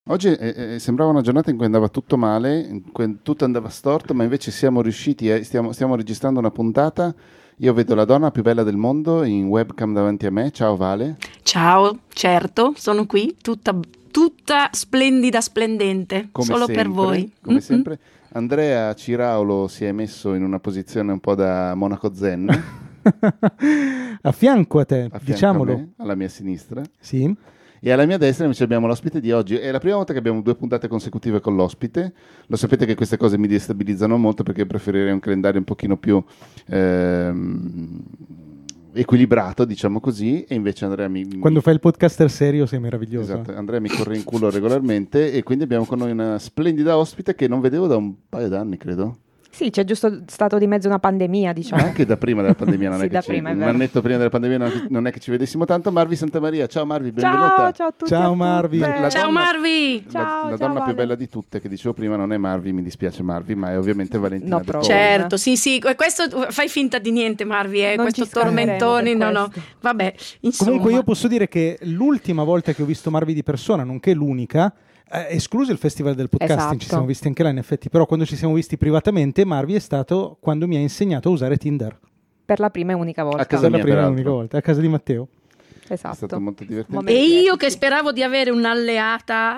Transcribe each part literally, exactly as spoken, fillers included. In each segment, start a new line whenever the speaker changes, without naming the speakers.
Oggi eh, eh, sembrava una giornata in cui andava tutto male, in cui tutto andava storto, ma invece siamo riusciti, eh, stiamo, stiamo registrando una puntata. Io vedo la donna più bella del mondo in webcam davanti a me. Ciao Vale.
Ciao, certo, sono qui, tutta, tutta splendida, splendente,
Come
solo
sempre,
per voi.
Come
Mm-hmm.
sempre. Andrea Ciraulo si è messo in una posizione un po' da Monaco Zen.
A fianco a te,
a fianco
diciamolo.
a me, alla mia sinistra.
Sì.
E alla mia destra invece abbiamo l'ospite di oggi. È la prima volta che abbiamo due puntate consecutive con l'ospite. Lo sapete che queste cose mi destabilizzano molto perché preferirei un calendario un pochino più ehm, equilibrato, diciamo così. E invece Andrea mi...
Quando fai il podcaster serio sei meraviglioso.
Esatto, Andrea mi corre in culo regolarmente e quindi abbiamo con noi una splendida ospite che non vedevo da un paio d'anni, credo.
Sì, c'è giusto stato di mezzo una pandemia, diciamo.
Ma anche da prima della pandemia, non
Sì,
è che
da
ci,
prima, è
un
vero.
annetto prima della pandemia non, non è che ci vedessimo tanto. Marvi Santamaria, ciao Marvi, benvenuta.
Ciao, ciao a tutti.
Ciao,
a tutte.
Marvi.
La- la
Ciao
donna-
Marvi!
La,
Ciao,
la
ciao,
donna più
Vale.
bella di tutte che dicevo prima non è Marvi, mi dispiace Marvi, ma è ovviamente Valentina
No,
De
proprio.
Paoli.
Certo, sì, sì, questo fai finta di niente, Marvi, eh,
Non
questo
ci schermeremo
tormentoni,
per
no, no,
questo.
vabbè, insomma.
Comunque io posso dire che l'ultima volta che ho visto Marvi di persona, nonché l'unica, eh, escluso il festival del podcasting,
Esatto.
ci siamo visti anche là in effetti, però quando ci siamo visti privatamente Marvi è stato quando mi ha insegnato a usare Tinder.
Per la prima e unica volta.
A casa
Per la
mia,
prima e
peraltro.
unica volta, a casa di Matteo.
Esatto.
È stato molto divertente.
Momenti
E io
epici.
che speravo di avere un'alleata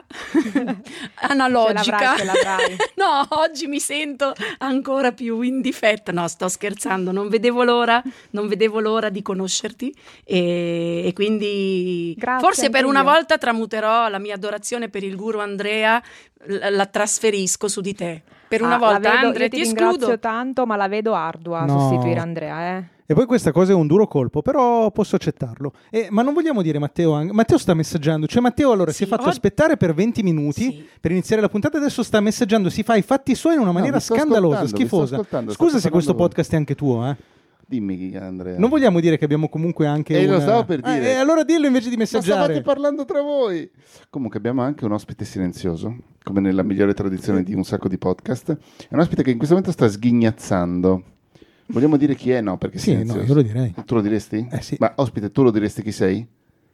analogica.
Ce l'avrai, ce l'avrai.
No, oggi mi sento ancora più in difetto. No, sto scherzando, non vedevo l'ora, non vedevo l'ora di conoscerti e, e quindi
Grazie,
forse per
anche
una
io.
volta tramuterò la mia adorazione per il guru Andrea, la, la trasferisco su di te. Per una
Ah, la
volta,
vedo-
Andrea,
io
ti
ti ringrazio
escludo.
tanto, ma la vedo ardua a
No.
sostituire Andrea, eh.
E poi questa cosa è un duro colpo, però posso accettarlo. Eh, ma non vogliamo dire Matteo anche... Matteo sta messaggiando, cioè Matteo allora
Sì,
si è fatto
oggi-
aspettare per venti minuti
Sì.
per iniziare la puntata, adesso sta messaggiando, si fa i fatti suoi in una maniera
mi sto
scandalosa,
ascoltando, mi sto
schifosa.
ascoltando, sto
Scusa se questo
parlando
podcast è anche tuo, eh.
Dimmi Andrea.
Non vogliamo dire che abbiamo comunque anche
Eh, lo
una...
stavo per dire.
Eh, eh, allora dillo invece di
Ma stavate
messaggiare.
parlando tra voi. Comunque abbiamo anche un ospite silenzioso, come nella migliore tradizione di un sacco di podcast. È un ospite che in questo momento sta sghignazzando. Vogliamo dire chi è? No, perché è
Sì, no,
silenzioso.
io lo direi.
Tu lo diresti?
Eh, sì.
Ma ospite, tu lo diresti chi sei?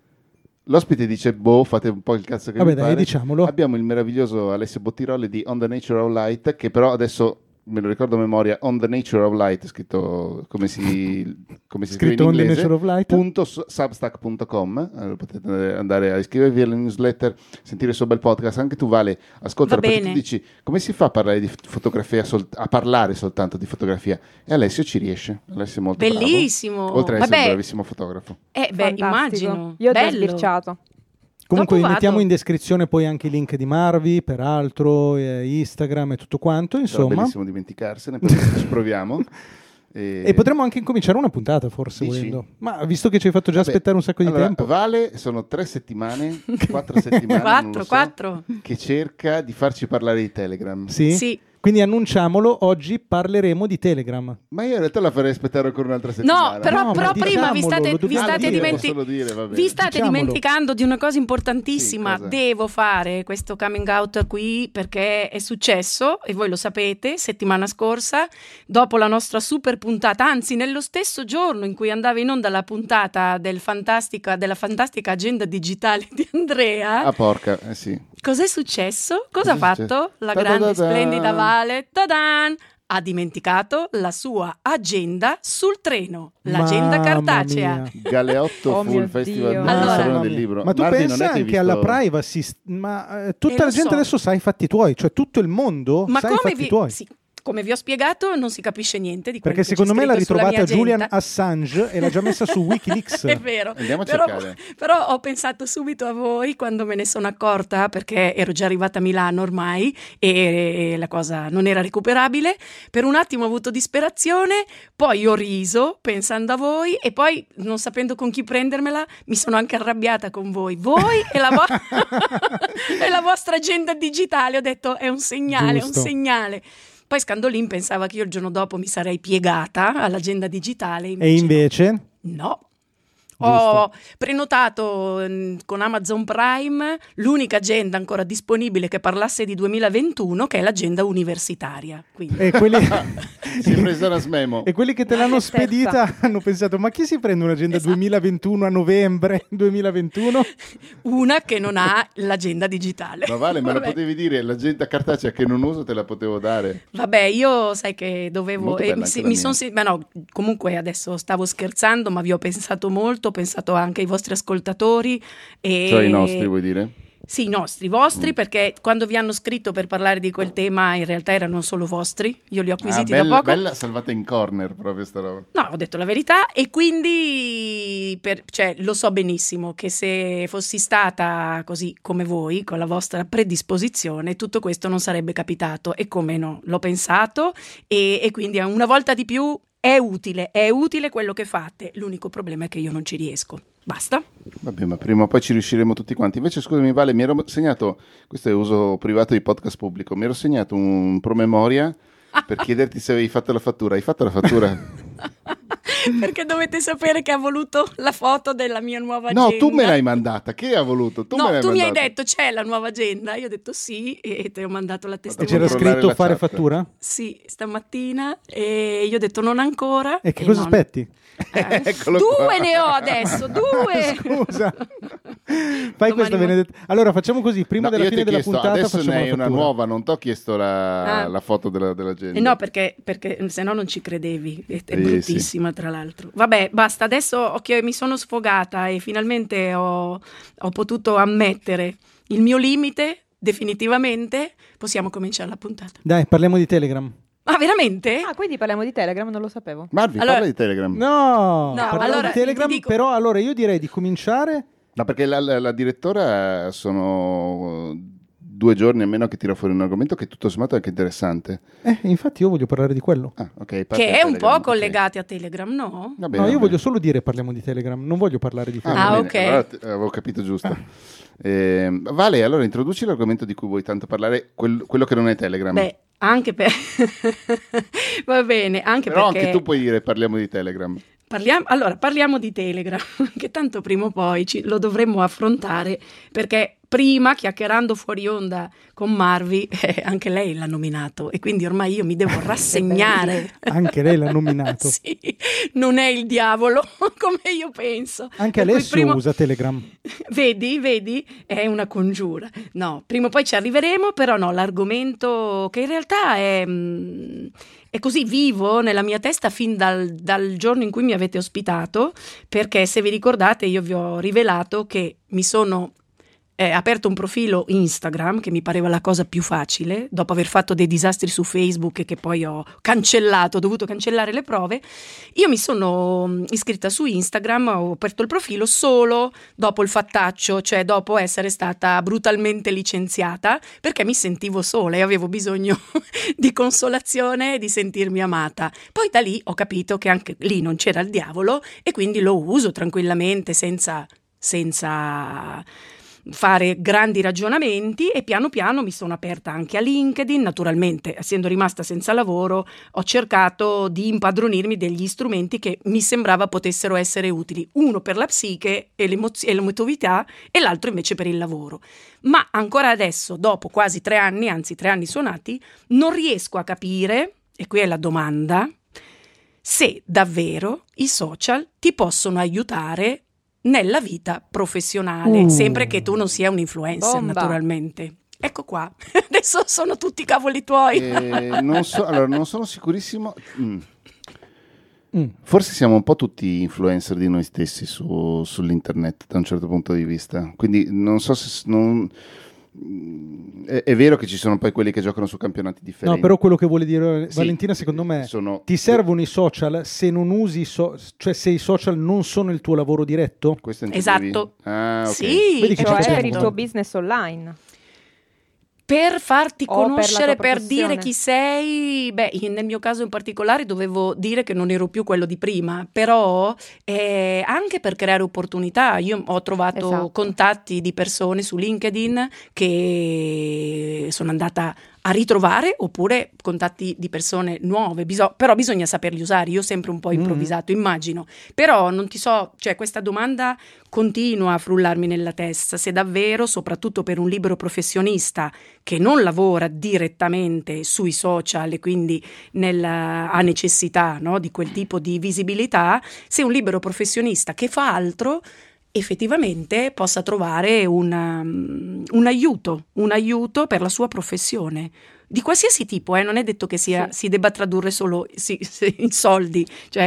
L'ospite dice, boh, fate un po' il cazzo che
Vabbè,
vi
dai,
pare.
diciamolo.
Abbiamo il meraviglioso Alessio Bottirolli di On the Nature of Light, che però adesso, me lo ricordo a memoria, On the Nature of Light, scritto come si, come si scrive
Scritto
in
On the
inglese,
Nature of Light.
punto su- substack punto com. Allora potete andare a iscrivervi alla newsletter, sentire il suo bel podcast. Anche tu, Vale, ascolta,
Va
perché
bene.
tu dici, come si fa a parlare di f- fotografia, sol- a parlare soltanto di fotografia? E Alessio ci riesce. Alessio è molto
Bellissimo.
bravo, oltre ad essere
Vabbè.
un bravissimo fotografo.
Eh, beh,
Fantastico.
immagino.
Io ho già
Bello.
sbirciato.
Comunque
Dopo
mettiamo
vado.
in descrizione poi anche i link di Marvi, peraltro, eh, Instagram e tutto quanto,
Però è
insomma.
bellissimo dimenticarsene, poi ci proviamo. E,
E potremmo anche incominciare una puntata, forse,
Dici?
volendo. Ma visto che ci hai fatto già
Vabbè,
aspettare un sacco di
allora,
tempo.
Vale, sono tre settimane, quattro settimane, non
Quattro,
lo so,
quattro.
che cerca di farci parlare di Telegram.
Sì?
Sì.
Quindi annunciamolo, oggi parleremo di Telegram.
Ma io in realtà la farei aspettare ancora un'altra settimana.
No, però,
No,
però
ma
prima vi
diciamolo,
state,
lo
vi
dobbiamo
state,
dire.
dimenti-
Posso solo dire, va bene.
vi state
Diciamolo.
dimenticando di una cosa importantissima.
Sì, cosa?
Devo fare questo coming out qui perché è successo, e voi lo sapete, settimana scorsa, dopo la nostra super puntata, anzi nello stesso giorno in cui andava in onda la puntata del fantastica, della fantastica agenda digitale di Andrea.
Ah, porca, eh sì.
Cos'è successo? Cosa ha
Cos'è
fatto
successo?
la
Ta-da-da-da.
grande, splendida Vale? Ta-dan! Ha dimenticato la sua agenda sul treno, l'agenda
Mamma
cartacea.
mia.
Galeotto
Oh
Full
mio
Festival
Dio.
del
Allora-
Salone del Libro.
Ma tu
Marti, non
pensa
è che hai
anche alla
visto-
privacy, st- ma eh, tutta
Eh,
la
lo
gente
so.
adesso sa i fatti tuoi, cioè tutto il mondo
Ma
sa i
come
fatti
vi,
tuoi.
sì, come vi ho spiegato, non si capisce niente di quello
Perché
che
secondo
c'è
me l'ha
scritto sulla
ritrovata
mia
Julian
agenda.
Assange e l'ha già messa su Wikileaks.
È vero,
Andiamo a
però,
cercare.
però ho pensato subito a voi quando me ne sono accorta, perché ero già arrivata a Milano ormai e la cosa non era recuperabile. Per un attimo ho avuto disperazione, poi ho riso pensando a voi e poi, non sapendo con chi prendermela, mi sono anche arrabbiata con voi. Voi e la, vo- e la vostra agenda digitale. Ho detto è un segnale, è un
Giusto.
segnale. Poi Scandolin pensava che io il giorno dopo mi sarei piegata all'agenda digitale.
E invece?
no. Ho prenotato mh, con Amazon Prime l'unica agenda ancora disponibile che parlasse di duemilaventuno, che è l'agenda universitaria. Quindi.
E quelli...
si è presa una smemo.
E quelli che te l'hanno
Che
spedita hanno pensato: ma chi si prende un'agenda
Esatto.
duemilaventuno a novembre duemilaventuno?
Una che non ha l'agenda digitale.
Ma Vale, me lo
Vabbè.
potevi dire, l'agenda cartacea che non uso te la potevo dare.
Vabbè, io sai che dovevo.
Molto
eh,
bella
mi,
anche
si-
la
mi
mia.
son si- ma no, comunque adesso stavo scherzando, ma vi ho pensato molto, ho pensato anche ai vostri ascoltatori. E...
Cioè i nostri, vuoi dire?
Sì, i nostri, vostri,
Mm.
perché quando vi hanno scritto per parlare di quel tema in realtà erano solo vostri, io li ho
Ah,
acquisiti
bella,
da poco.
bella salvata in corner proprio sta roba.
No, ho detto la verità e quindi per- cioè, lo so benissimo che se fossi stata così come voi, con la vostra predisposizione, tutto questo non sarebbe capitato e come no, l'ho pensato e, e quindi una volta di più è utile, è utile quello che fate, l'unico problema è che io non ci riesco. Basta.
Vabbè, ma prima o poi ci riusciremo tutti quanti. Invece, scusami, Vale, mi ero segnato, questo è uso privato di podcast pubblico, mi ero segnato un promemoria per chiederti se avevi fatto la fattura. Hai fatto la fattura?
Perché dovete sapere che ha voluto la foto della mia nuova
No,
agenda.
tu me l'hai mandata. Che ha voluto? Tu me
no,
l'hai
tu mi hai
mandata.
detto c'è la nuova agenda, io ho detto sì e ti ho mandato la
E
testimonianza.
c'era
controllare
scritto
la
fare
chat.
fattura?
Sì, stamattina e io ho detto non ancora.
E che cosa
non-
aspetti?
Eh,
Eccolo
due
qua.
ne ho adesso, due.
Scusa. Fai
Domani
questa
mo-
benedetta. Allora facciamo così, prima
No,
della
io
fine
ti ho
della
chiesto,
puntata
adesso
facciamo
ne
la
hai una
fattura.
nuova, non ti ho chiesto la,
Ah.
la foto della, dell'agenda.
Eh no, perché, perché se no non ci credevi, è, è
Sì,
bruttissima tra l'altro. Vabbè, basta, adesso ho che mi sono sfogata e finalmente ho, ho potuto ammettere il mio limite, definitivamente, possiamo cominciare la puntata.
Dai, parliamo di Telegram.
Ah, veramente?
Ah, quindi parliamo di Telegram, non lo sapevo.
Marvi,
Allora-
parla di Telegram. No,
No,
No,
parliamo
allora,
di Telegram,
ti dico-
però allora io direi di cominciare.
perché la, la- la direttora sono due giorni almeno che tira fuori un argomento che tutto sommato è anche interessante.
Eh, infatti io voglio parlare di quello.
Ah, ok. parti
Che
da
è un
Telegram,
po'
ok.
collegati a Telegram, no?
Va bene,
No, io
va
voglio
bene.
solo dire parliamo di Telegram, non voglio parlare di
Ah,
Telegram.
va
Ah,
bene,
ok.
allora t- avevo capito giusto. Eh, vale, allora introduci l'argomento di cui vuoi tanto parlare, quel- quello che non è Telegram.
Beh, anche per... Va bene, anche
Però
perché...
anche tu puoi dire parliamo di Telegram.
Parliamo, allora, parliamo di Telegram, che tanto prima o poi ci- lo dovremmo affrontare, perché prima, chiacchierando fuori onda con Marvi, eh, anche lei l'ha nominato e quindi ormai io mi devo rassegnare.
Anche lei l'ha nominato.
Sì, non è il diavolo, come io penso.
Anche
Per cui
Alessio
prima-
usa Telegram.
Vedi, vedi, è una congiura. No, prima o poi ci arriveremo, però no, l'argomento che in realtà è, mm, è così vivo nella mia testa fin dal, dal giorno in cui mi avete ospitato, perché se vi ricordate io vi ho rivelato che mi sono eh, aperto un profilo Instagram, che mi pareva la cosa più facile, dopo aver fatto dei disastri su Facebook e che poi ho cancellato, ho dovuto cancellare le prove. Io mi sono mm, iscritta su Instagram, ho aperto il profilo solo dopo il fattaccio, cioè dopo essere stata brutalmente licenziata, perché mi sentivo sola e avevo bisogno di consolazione e di sentirmi amata. Poi da lì ho capito che anche lì non c'era il diavolo e quindi lo uso tranquillamente senza, senza fare grandi ragionamenti e piano piano mi sono aperta anche a LinkedIn. Naturalmente, essendo rimasta senza lavoro, ho cercato di impadronirmi degli strumenti che mi sembrava potessero essere utili, uno per la psiche e, l'emozio- e l'emotività e l'altro invece per il lavoro. Ma ancora adesso, dopo quasi tre anni, anzi tre anni suonati, non riesco a capire, e qui è la domanda, se davvero i social ti possono aiutare nella vita professionale,
Uh.
sempre che tu non sia un influencer,
Bomba.
naturalmente. Ecco qua, adesso sono tutti cavoli tuoi.
Eh, non so, allora, non sono sicurissimo. Mm.
Mm.
Forse siamo un po' tutti influencer di noi stessi su- sull'internet da un certo punto di vista. Quindi non so se non- è, è vero che ci sono poi quelli che giocano su campionati differenti.
No, però quello che vuole dire
Sì,
Valentina, secondo me,
sono-
ti servono i social se non usi, i so- cioè se i social non sono il tuo lavoro diretto?
Questo intendevi?
Esatto.
Ah, ok.
Sì,
Vedi che
eh,
ci
Cioè
capiamo.
per il
certo.
tuo business online.
per farti
O per la
conoscere,
tua
per,
professione.
dire chi sei. Beh, in- nel mio caso in particolare dovevo dire che non ero più quello di prima, però eh, anche per creare opportunità. Io ho trovato
Esatto.
contatti di persone su LinkedIn che sono andata a ritrovare, oppure contatti di persone nuove, Biso- però bisogna saperli usare. Io ho sempre un po' improvvisato, immagino, però non ti so, cioè questa domanda continua a frullarmi nella testa, se davvero, soprattutto per un libero professionista che non lavora direttamente sui social e quindi nel- ha necessità, no, di quel tipo di visibilità, se un libero professionista che fa altro effettivamente possa trovare una- un aiuto, un aiuto per la sua professione. Di qualsiasi tipo, eh, non è detto che sia,
Sì.
si debba tradurre solo si- si- in soldi,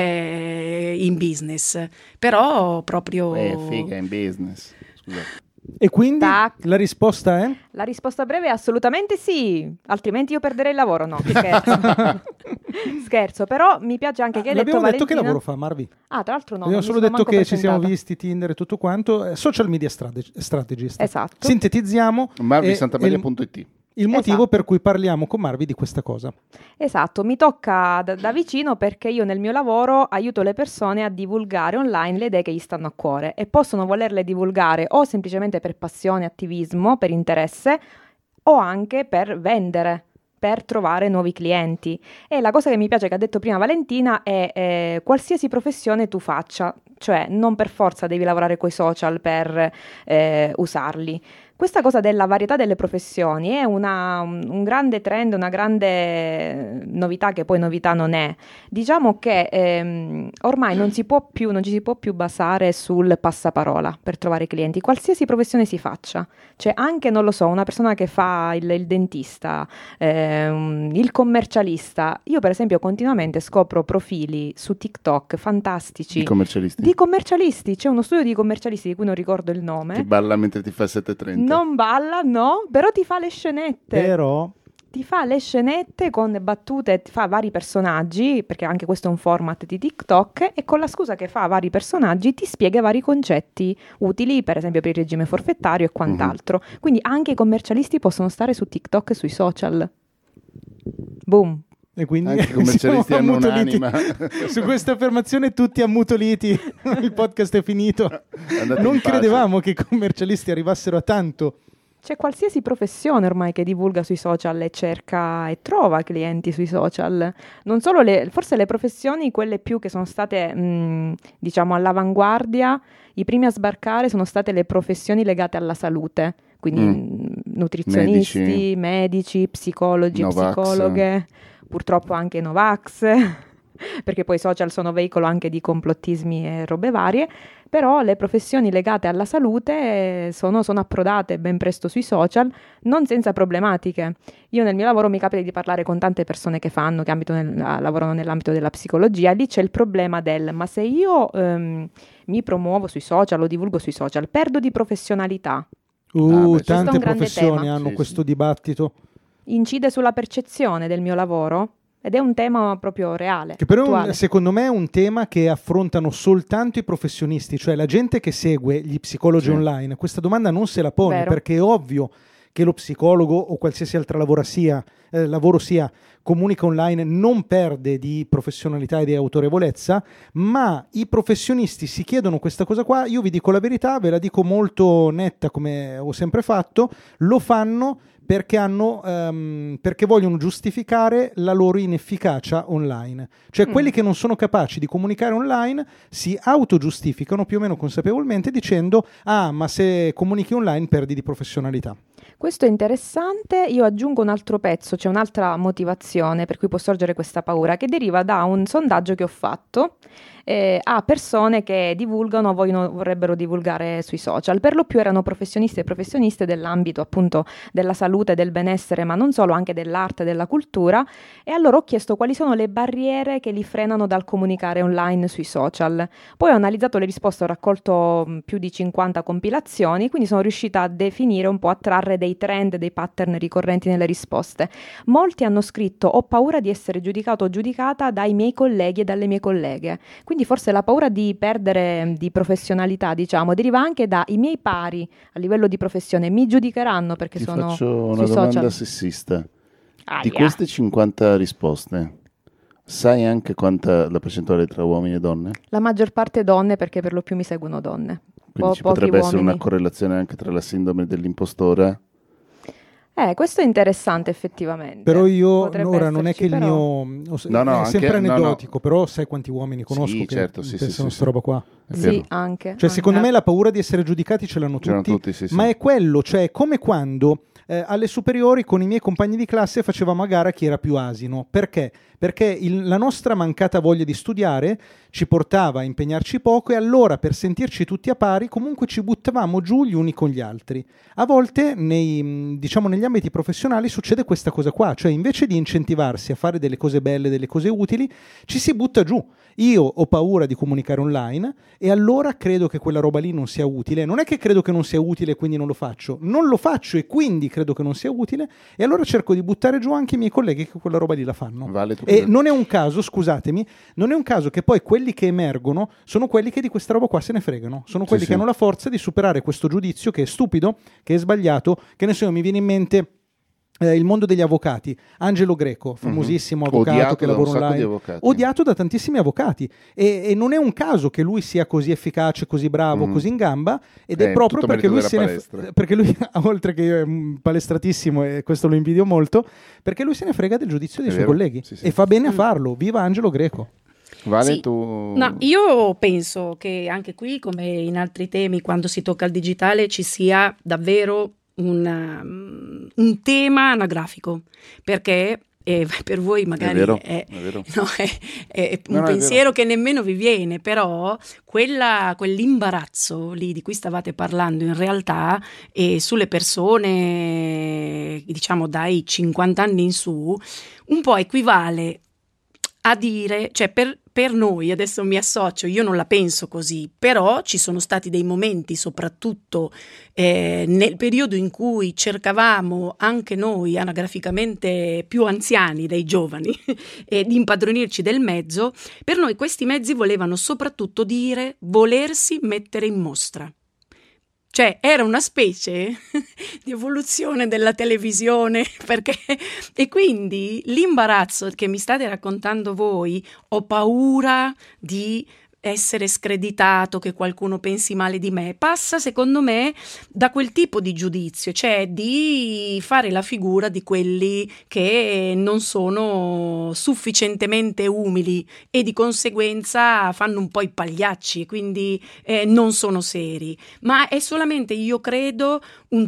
cioè in business, però proprio...
Eh, figa in business. Scusate.
E quindi
Tac.
la risposta è?
La risposta breve è assolutamente sì, altrimenti io perderei il lavoro, no, scherzo. Scherzo, però mi piace anche che hai detto
L'abbiamo detto che
Valentina.
lavoro fa Marvi.
Ah, tra l'altro no.
Abbiamo
non mi
solo
sono
detto
manco
che ci siamo
presentata.
visti, Tinder e tutto quanto. eh, Social media strate- strategist.
Esatto.
Sintetizziamo.
marvi
e-
santamaria
e il-
punto it.
Il motivo
Esatto.
per cui parliamo con Marvi di questa cosa.
Esatto, mi tocca da, da vicino perché io nel mio lavoro aiuto le persone a divulgare online le idee che gli stanno a cuore e possono volerle divulgare o semplicemente per passione, attivismo, per interesse o anche per vendere, per trovare nuovi clienti. E la cosa che mi piace che ha detto prima Valentina è eh, qualsiasi professione tu faccia, cioè non per forza devi lavorare coi social per eh, usarli. Questa cosa della varietà delle professioni è una, un, un grande trend, una grande novità che poi novità non è. Diciamo che ehm, ormai non si può più, non ci si può più basare sul passaparola per trovare clienti, qualsiasi professione si faccia. Cioè anche, non lo so, una persona che fa il, il dentista, ehm, il commercialista. Io per esempio continuamente scopro profili su TikTok fantastici.
I commercialisti.
Di commercialisti, c'è uno studio di commercialisti di cui non ricordo il nome.
Ti balla mentre ti fa il sette e trenta.
Non balla, no, però ti fa le scenette.
Però
Ti fa le scenette con battute, ti fa vari personaggi, perché anche questo è un format di TikTok, e con la scusa che fa vari personaggi ti spiega vari concetti utili, per esempio per il regime forfettario e quant'altro.
Mhm.
Quindi anche i commercialisti possono stare su TikTok e sui social. Boom.
e quindi
Anche i commercialisti
siamo
hanno
ammutoliti.
un'anima.
Su questa affermazione tutti ammutoliti. Il podcast è finito.
Andate
Non
in pace.
credevamo che i commercialisti arrivassero a tanto.
C'è qualsiasi professione ormai che divulga sui social e cerca e trova clienti sui social. Non solo le, forse le professioni, quelle più che sono state, mh, diciamo, all'avanguardia, i primi a sbarcare sono state le professioni legate alla salute. Quindi
Mm.
mh, nutrizionisti, medici,
Medici.
psicologi,
Novax.
psicologhe, purtroppo anche Novax, perché poi i social sono veicolo anche di complottismi e robe varie. Però le professioni legate alla salute sono, sono approdate ben presto sui social, non senza problematiche. Io nel mio lavoro mi capita di parlare con tante persone che fanno, che ambito nel, lavorano nell'ambito della psicologia, e lì c'è il problema del, ma se io ehm, mi promuovo sui social o divulgo sui social, perdo di professionalità.
Uh,
Ah, beh, questo
è un
tante
grande
professioni
tema.
hanno
Sì,
questo
sì.
dibattito.
Incide sulla percezione del mio lavoro ed è un tema proprio reale,
Che però è un-
attuale.
secondo me è un tema che affrontano soltanto i professionisti, cioè la gente che segue gli psicologi
Sì.
online. Questa domanda non se la pone
Vero.
perché è ovvio che lo psicologo o qualsiasi altra lavoro sia, eh, lavoro sia comunica online, non perde di professionalità e di autorevolezza, ma i professionisti si chiedono questa cosa qua. Io vi dico la verità, ve la dico molto netta come ho sempre fatto, lo fanno perché hanno ehm, perché vogliono giustificare la loro inefficacia online. Cioè
Mm.
quelli che non sono capaci di comunicare online si autogiustificano più o meno consapevolmente dicendo ah, ma se comunichi online perdi di professionalità.
Questo è interessante. Io aggiungo un altro pezzo, c'è un'altra motivazione per cui può sorgere questa paura, che deriva da un sondaggio che ho fatto eh, a persone che divulgano o vogliono, vorrebbero divulgare sui social. Per lo più erano professionisti e professioniste dell'ambito appunto della salute, del benessere, ma non solo, anche dell'arte, della cultura, e allora ho chiesto quali sono le barriere che li frenano dal comunicare online sui social. Poi ho analizzato le risposte, ho raccolto mh, più di cinquanta compilazioni, quindi sono riuscita a definire un po', a trarre dei dei trend, dei pattern ricorrenti nelle risposte. Molti hanno scritto: ho paura di essere giudicato o giudicata dai miei colleghi e dalle mie colleghe. Quindi forse la paura di perdere di professionalità, diciamo, deriva anche dai miei pari a livello di professione. Mi giudicheranno perché
Ti
sono
faccio una
sui
domanda
social.
sessista.
Aia.
Di queste cinquanta risposte, sai anche quanta la percentuale tra uomini e donne?
La maggior parte donne, perché per lo più mi seguono donne.
Quindi
Po-
ci
pochi
potrebbe essere
uomini.
una correlazione anche tra la sindrome dell'impostore.
Eh, questo è interessante effettivamente.
Però io
Potrebbe
ora non è che
esserci,
il
però-
mio
No, no,
è
anche-
sempre
no, no.
aneddotico, però sai quanti uomini conosco
Sì,
che
certo, sì,
pensano
sì,
a
sì,
sta roba qua.
È vero.
Sì, anche.
Cioè, secondo
anche.
me la paura di essere giudicati ce l'hanno
C'erano
tutti,
tutti, sì, sì.
ma è quello, cioè come quando eh, alle superiori con i miei compagni di classe facevamo a gara chi era più asino. Perché? Perché il- la nostra mancata voglia di studiare ci portava a impegnarci poco e allora per sentirci tutti a pari comunque ci buttavamo giù gli uni con gli altri. A volte nei, mh, diciamo, negli ambiti professionali succede questa cosa qua, cioè invece di incentivarsi a fare delle cose belle, delle cose utili, ci si butta giù. Io ho paura di comunicare online e allora credo che quella roba lì non sia utile. Non è che credo che non sia utile e quindi non lo faccio. Non lo faccio e quindi credo che non sia utile e allora cerco di buttare giù anche i miei colleghi che quella roba lì la fanno.
Vale, tu
E
cosa-
non è un caso, scusatemi, non è un caso che poi quelli che emergono sono quelli che di questa roba qua se ne fregano. Sono quelli
Sì,
che
sì.
hanno la forza di superare questo giudizio che è stupido, che è sbagliato, che ne so, mi viene in mente eh, il mondo degli avvocati. Angelo Greco, famosissimo avvocato
Odiato
che
da un
lavora
sacco
online,
di avvocati.
odiato da tantissimi avvocati e, e non è un caso che lui sia così efficace, così bravo,
Mm.
così in gamba ed è
Eh,
proprio
tutto
perché
merito
lui,
della
se ne f-
palestra.
perché lui oltre che è mm, palestratissimo e questo lo invidio molto, perché lui se ne frega del giudizio dei
È
suoi
vero,
colleghi
sì, sì.
e fa bene a farlo. Viva Angelo Greco.
Vale,
Sì.
tu...
No, io penso che anche qui, come in altri temi, quando si tocca il digitale, ci sia davvero un, um, un tema anagrafico, perché eh, per voi magari
vero,
è,
è vero.
no, è- è un
No, no, è
pensiero che nemmeno vi viene, però quella- quell'imbarazzo lì di cui stavate parlando in realtà e sulle persone, diciamo dai cinquanta anni in su, un po' equivale a dire, cioè per, per noi, adesso mi associo, io non la penso così, però ci sono stati dei momenti, soprattutto eh, nel periodo in cui cercavamo anche noi anagraficamente più anziani dei giovani e di impadronirci del mezzo, per noi questi mezzi volevano soprattutto dire volersi mettere in mostra. Cioè era una specie di evoluzione della televisione, perché e quindi l'imbarazzo che mi state raccontando voi, ho paura di essere screditato, che qualcuno pensi male di me, passa secondo me da quel tipo di giudizio, cioè di fare la figura di quelli che non sono sufficientemente umili e di conseguenza fanno un po' i pagliacci, quindi eh, non sono seri, ma è solamente, io credo, un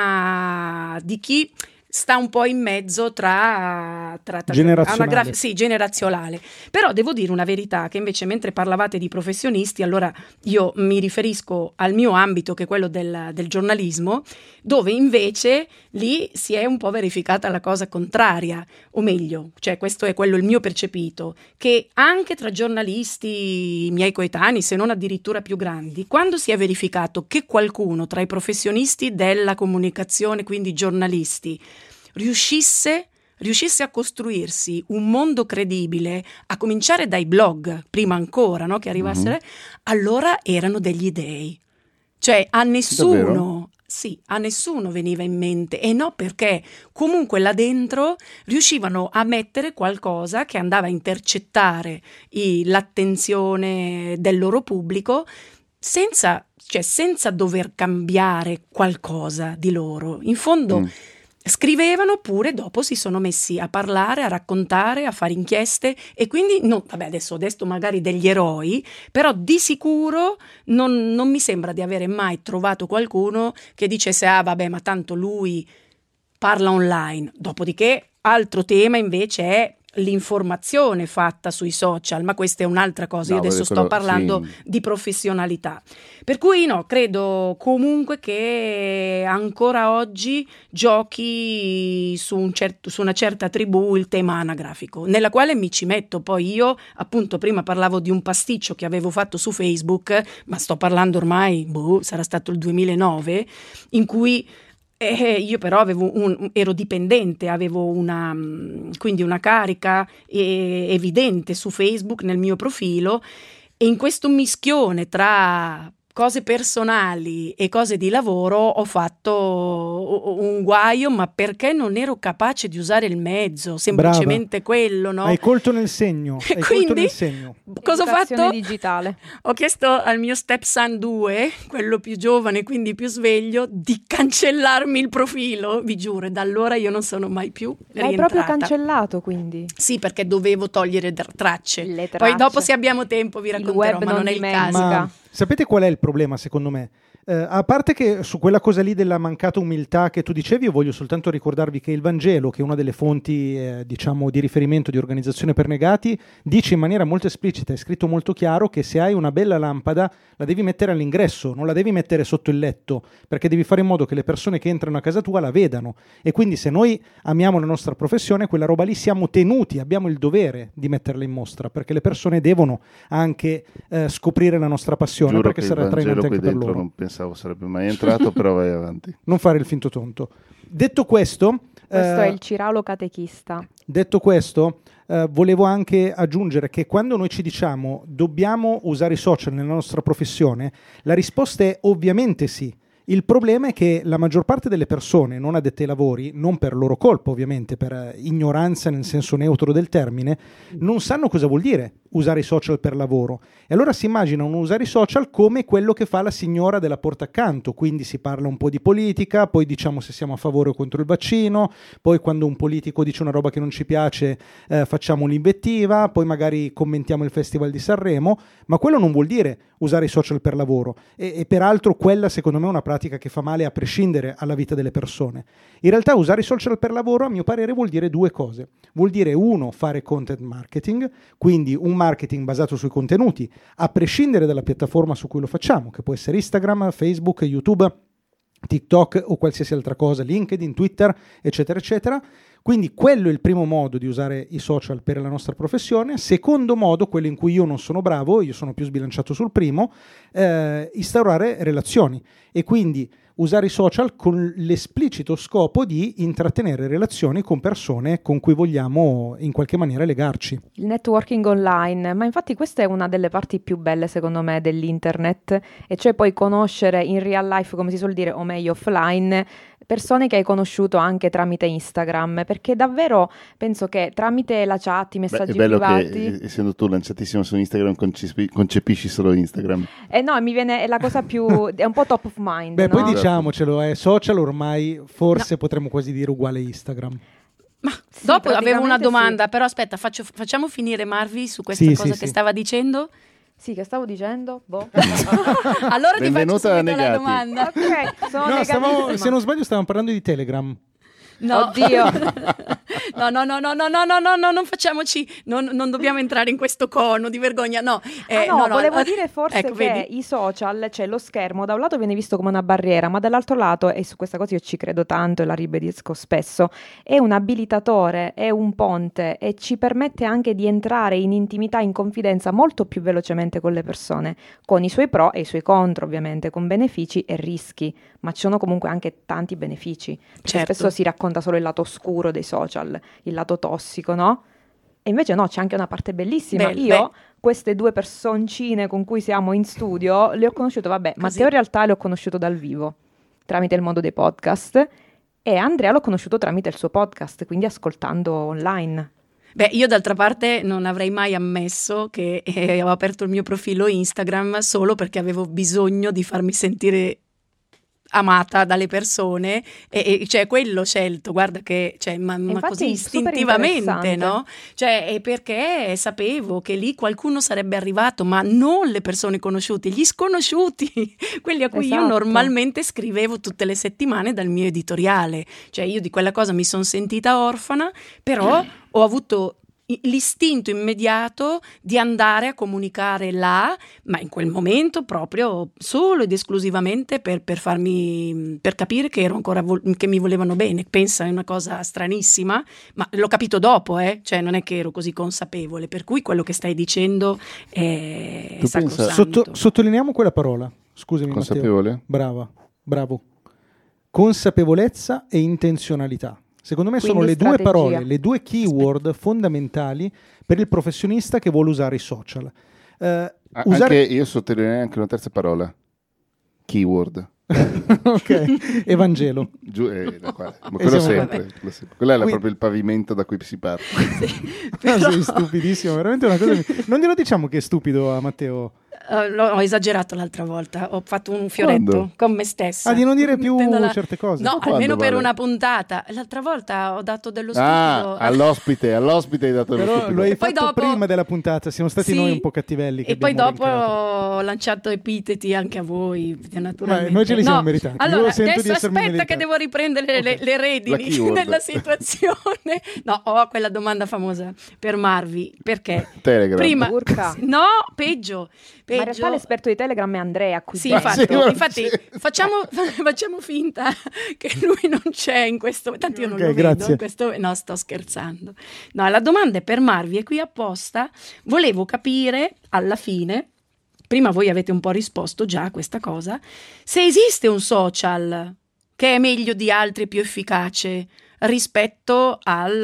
tema di chi sta un po' in mezzo tra, tra, tra
Generazionale.
anagrafi- sì, generazionale. Però devo dire una verità, che invece mentre parlavate di professionisti, allora io mi riferisco al mio ambito, che è quello del, del giornalismo, dove invece lì si è un po' verificata la cosa contraria, o meglio, cioè questo è quello il mio percepito, che anche tra giornalisti miei coetanei, se non addirittura più grandi, quando si è verificato che qualcuno tra i professionisti della comunicazione, quindi giornalisti, riuscisse riuscisse a costruirsi un mondo credibile, a cominciare dai blog, prima ancora, no, che arrivassero,
Mhm.
allora erano degli dei. Cioè a nessuno,
Davvero?
sì, a nessuno veniva in mente, e no, perché comunque là dentro riuscivano a mettere qualcosa che andava a intercettare i- l'attenzione del loro pubblico senza, cioè, senza dover cambiare qualcosa di loro. In fondo
Mm.
scrivevano, oppure dopo si sono messi a parlare, a raccontare, a fare inchieste, e quindi, no, vabbè, adesso ho detto magari degli eroi, però di sicuro non, non mi sembra di avere mai trovato qualcuno che dicesse ah vabbè, ma tanto lui parla online. Dopodiché altro tema invece è l'informazione fatta sui social, ma questa è un'altra cosa.
No,
Io adesso
vedi,
sto
quello-
parlando
sì.
di professionalità. Per cui no, credo comunque che ancora oggi giochi su, un certo, su una certa tribù il tema anagrafico, nella quale mi ci metto. Poi io, appunto, prima parlavo di un pasticcio che avevo fatto su Facebook, ma sto parlando ormai, boh, sarà stato il duemilanove, in cui E io però avevo un, ero dipendente, avevo una, quindi una carica eh, evidente su Facebook nel mio profilo, e in questo mischione tra cose personali e cose di lavoro ho fatto un guaio, ma perché non ero capace di usare il mezzo, semplicemente
Brava.
quello, no?
Hai colto nel segno. Hai
Quindi,
colto nel segno.
cosa ho
Educazione
fatto?
digitale.
Ho chiesto al mio stepson due, quello più giovane, quindi più sveglio, di cancellarmi il profilo, vi giuro, e da allora io non sono mai più
L'hai
rientrata.
proprio cancellato, quindi?
Sì, perché dovevo togliere dr- tracce.
Le tracce.
Poi dopo, se abbiamo tempo, vi
Il
racconterò,
web
ma
non
non è il
dimentica.
caso.
Ma sapete qual è il problema secondo me? Eh, a parte che su quella cosa lì della mancata umiltà che tu dicevi, io voglio soltanto ricordarvi che il Vangelo, che è una delle fonti eh, diciamo di riferimento di Organizzazione per Negati, dice in maniera molto esplicita, è scritto molto chiaro, che se hai una bella lampada la devi mettere all'ingresso, non la devi mettere sotto il letto, perché devi fare in modo che le persone che entrano a casa tua la vedano. E quindi se noi amiamo la nostra professione, quella roba lì siamo tenuti, abbiamo il dovere di metterla in mostra, perché le persone devono anche eh, scoprire la nostra passione.
Giuro
Perché
che
sarà
il Vangelo
trainante
qui
anche per
dentro
loro.
non pensavo sarebbe mai entrato, però vai avanti.
Non fare il finto tonto. Detto questo,
Questo
eh,
è il Ciraulo catechista.
detto questo, eh, volevo anche aggiungere che quando noi ci diciamo dobbiamo usare i social nella nostra professione, la risposta è ovviamente sì. Il problema è che la maggior parte delle persone non addette ai lavori, non per loro colpa ovviamente, per eh, ignoranza nel senso neutro del termine, non sanno cosa vuol dire usare i social per lavoro. E allora si immaginano usare i social come quello che fa la signora della porta accanto, quindi si parla un po' di politica, poi diciamo se siamo a favore o contro il vaccino, poi quando un politico dice una roba che non ci piace eh, facciamo l'invettiva, poi magari commentiamo il Festival di Sanremo, ma quello non vuol dire usare i social per lavoro. E, e peraltro quella secondo me è una pratica che fa male a prescindere alla vita delle persone. In realtà usare i social per lavoro a mio parere vuol dire due cose. Vuol dire uno, fare content marketing, quindi un marketing basato sui contenuti, a prescindere dalla piattaforma su cui lo facciamo, che può essere Instagram, Facebook, YouTube, TikTok o qualsiasi altra cosa, LinkedIn, Twitter, eccetera, eccetera. Quindi quello è il primo modo di usare i social per la nostra professione. Secondo modo, quello in cui io non sono bravo, io sono più sbilanciato sul primo, eh, instaurare relazioni e quindi usare i social con l'esplicito scopo di intrattenere relazioni con persone con cui vogliamo in qualche maniera legarci.
Il networking online, ma infatti questa è una delle parti più belle secondo me dell'internet, e cioè poi conoscere in real life, come si suol dire, o meglio offline, persone che hai conosciuto anche tramite Instagram, perché davvero penso che tramite la chat, i messaggi
Beh, è bello
privati...
che essendo tu lanciatissimo su Instagram concepi- concepisci solo Instagram.
Eh no, mi viene, è la cosa più... è un po' top of mind,
Beh,
no?
poi diciamocelo, è social ormai forse no. potremmo quasi dire uguale a Instagram.
Ma
sì,
dopo avevo una domanda,
sì.
però aspetta, faccio, facciamo finire Marvi su questa
sì,
cosa
sì,
che
sì.
stava dicendo.
Sì, che stavo dicendo? Boh.
Allora ti faccio
Benvenuta a
subito la
Negati.
domanda.
Ok, sono
No, stavamo,
negatissima.
se non sbaglio stavamo parlando di Telegram.
No.
Oddio.
No, no, no, no, no, no, no, no, no, non facciamoci, non, non dobbiamo entrare in questo cono di vergogna, no. Eh,
ah no,
no, no,
volevo
eh,
dire forse
ecco,
che
vedi?
i social, cioè lo schermo, da un lato viene visto come una barriera, ma dall'altro lato, e su questa cosa io ci credo tanto e la ribadisco spesso, è un abilitatore, è un ponte e ci permette anche di entrare in intimità, in confidenza molto più velocemente con le persone, con i suoi pro e i suoi contro ovviamente, con benefici e rischi, ma ci sono comunque anche tanti benefici.
Certo.
Spesso si racconta solo il lato oscuro dei social, il lato tossico, no? E invece no, c'è anche una parte bellissima.
Beh,
Io,
beh.
queste due personcine con cui siamo in studio, le ho conosciute, vabbè,
Così.
Matteo in realtà le ho conosciuto dal vivo, tramite il mondo dei podcast, e Andrea l'ho conosciuto tramite il suo podcast, quindi ascoltando online.
Beh, io d'altra parte non avrei mai ammesso che eh, avevo aperto il mio profilo Instagram solo perché avevo bisogno di farmi sentire amata dalle persone e, e cioè quello scelto, guarda che cioè, ma, ma
Infatti,
così
super
istintivamente,
interessante.
no? Cioè, è perché sapevo che lì qualcuno sarebbe arrivato, ma non le persone conosciute, gli sconosciuti, quelli a cui io
Esatto.
normalmente scrivevo tutte le settimane dal mio editoriale. Cioè io di quella cosa mi sono sentita orfana, però ho avuto l'istinto immediato di andare a comunicare là, ma in quel momento proprio solo ed esclusivamente per, per farmi per capire che ero ancora vo- che mi volevano bene. Pensa, è una cosa stranissima, ma l'ho capito dopo, eh? Cioè non è che ero così consapevole, per cui quello che stai dicendo è
Tu
sacrosanto.
Sotto- sottolineiamo quella parola. Scusami,
Consapevole?
Matteo. Brava, bravo. consapevolezza e intenzionalità. Secondo me
Quindi
sono le due
strategia.
parole, le due keyword Aspetta. fondamentali per il professionista che vuole usare i social. Uh, usare...
Anche io sottolineerei anche una terza parola, keyword.
Ok, Evangelo.
Giù, eh, da qua. Ma quello sempre, quello sempre. Quello è la,
Qui...
proprio il pavimento da cui si parte.
Sì,
però...
però...
sei stupidissimo, veramente una cosa. Non glielo diciamo che è stupido a Matteo.
Uh, l'ho, ho esagerato l'altra volta, ho fatto un fioretto
Quando?
con me stessa.
Ah, di non dire più
la...
certe cose.
No,
Quando,
almeno per
vale?
una puntata. L'altra volta ho dato dello stupido.
Ah, all'ospite, all'ospite hai dato dello
Però
stupido.
lo hai
E poi
fatto
dopo...
prima della puntata, siamo stati
sì,
noi un po' cattivelli. Che
e poi dopo
rincarato.
ho lanciato epiteti anche a voi, naturalmente.
Ma noi ce li siamo
no,
meritati.
allora,
Io sento di
adesso
essermi
aspetta
meritato.
che devo riprendere
Okay.
le, le redini della situazione. No, ho quella domanda famosa per Marvi, perché
Telegram.
prima...
Urca.
No, peggio. peggio.
Ma in realtà l'esperto di Telegram è Andrea qui.
Sì,
Ma
infatti,
sì, ma
infatti
sì.
facciamo, facciamo finta che lui non c'è in questo tanto io non
Ok,
lo
grazie.
vedo in questo, no, sto scherzando. No, la domanda è per Marvi, è qui apposta. Volevo capire alla fine, prima voi avete un po' risposto già a questa cosa, se esiste un social che è meglio di altri e più efficace rispetto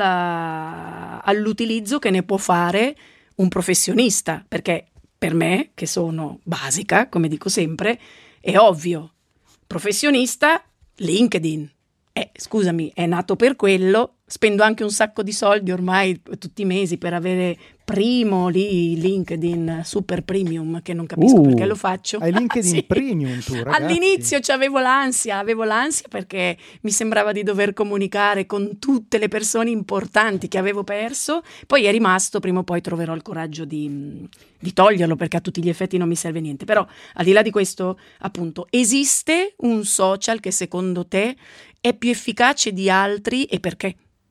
alla, all'utilizzo che ne può fare un professionista, perché per me, che sono basica, come dico sempre, è ovvio. Professionista, LinkedIn. Eh, scusami, è nato per quello. Spendo anche un sacco di soldi ormai tutti i mesi per avere primo lì LinkedIn super premium, che non capisco
Uh,
perché lo faccio.
Hai LinkedIn
Sì.
premium tu, ragazzi.
All'inizio c'avevo l'ansia, avevo l'ansia perché mi sembrava di dover comunicare con tutte le persone importanti che avevo perso, poi è rimasto, prima o poi troverò il coraggio di, di toglierlo perché a tutti gli effetti non mi serve niente, però al di là di questo, appunto, esiste un social che secondo te è più efficace di altri e perché?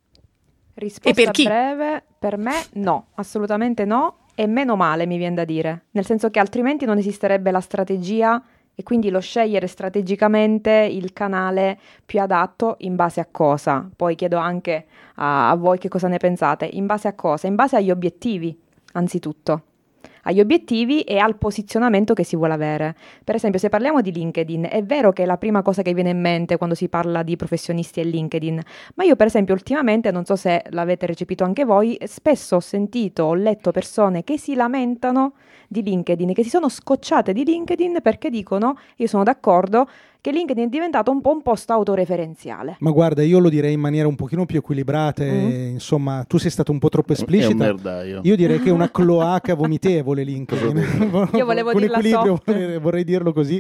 Risposta
E per chi?
breve, per me no, assolutamente no, e meno male mi viene da dire, nel senso che altrimenti non esisterebbe la strategia e quindi lo scegliere strategicamente il canale più adatto in base a cosa. Poi chiedo anche a, a voi che cosa ne pensate, in base a cosa? In base agli obiettivi, anzitutto. Agli obiettivi e al posizionamento che si vuole avere. Per esempio, se parliamo di LinkedIn, è vero che è la prima cosa che viene in mente quando si parla di professionisti è LinkedIn, ma io per esempio ultimamente, non so se l'avete recepito anche voi, spesso ho sentito, ho letto persone che si lamentano di LinkedIn, che si sono scocciate di LinkedIn perché dicono, io sono d'accordo, che LinkedIn è diventato un po' un posto autoreferenziale.
Ma guarda, io lo direi in maniera un pochino più equilibrata,
Mm.
e, insomma, tu sei stato un po' troppo
È un
esplicita.
merdaio.
Io direi che è una cloaca vomitevole LinkedIn.
Io volevo
Con
dirla
equilibrio,
soft.
vorrei, vorrei dirlo così.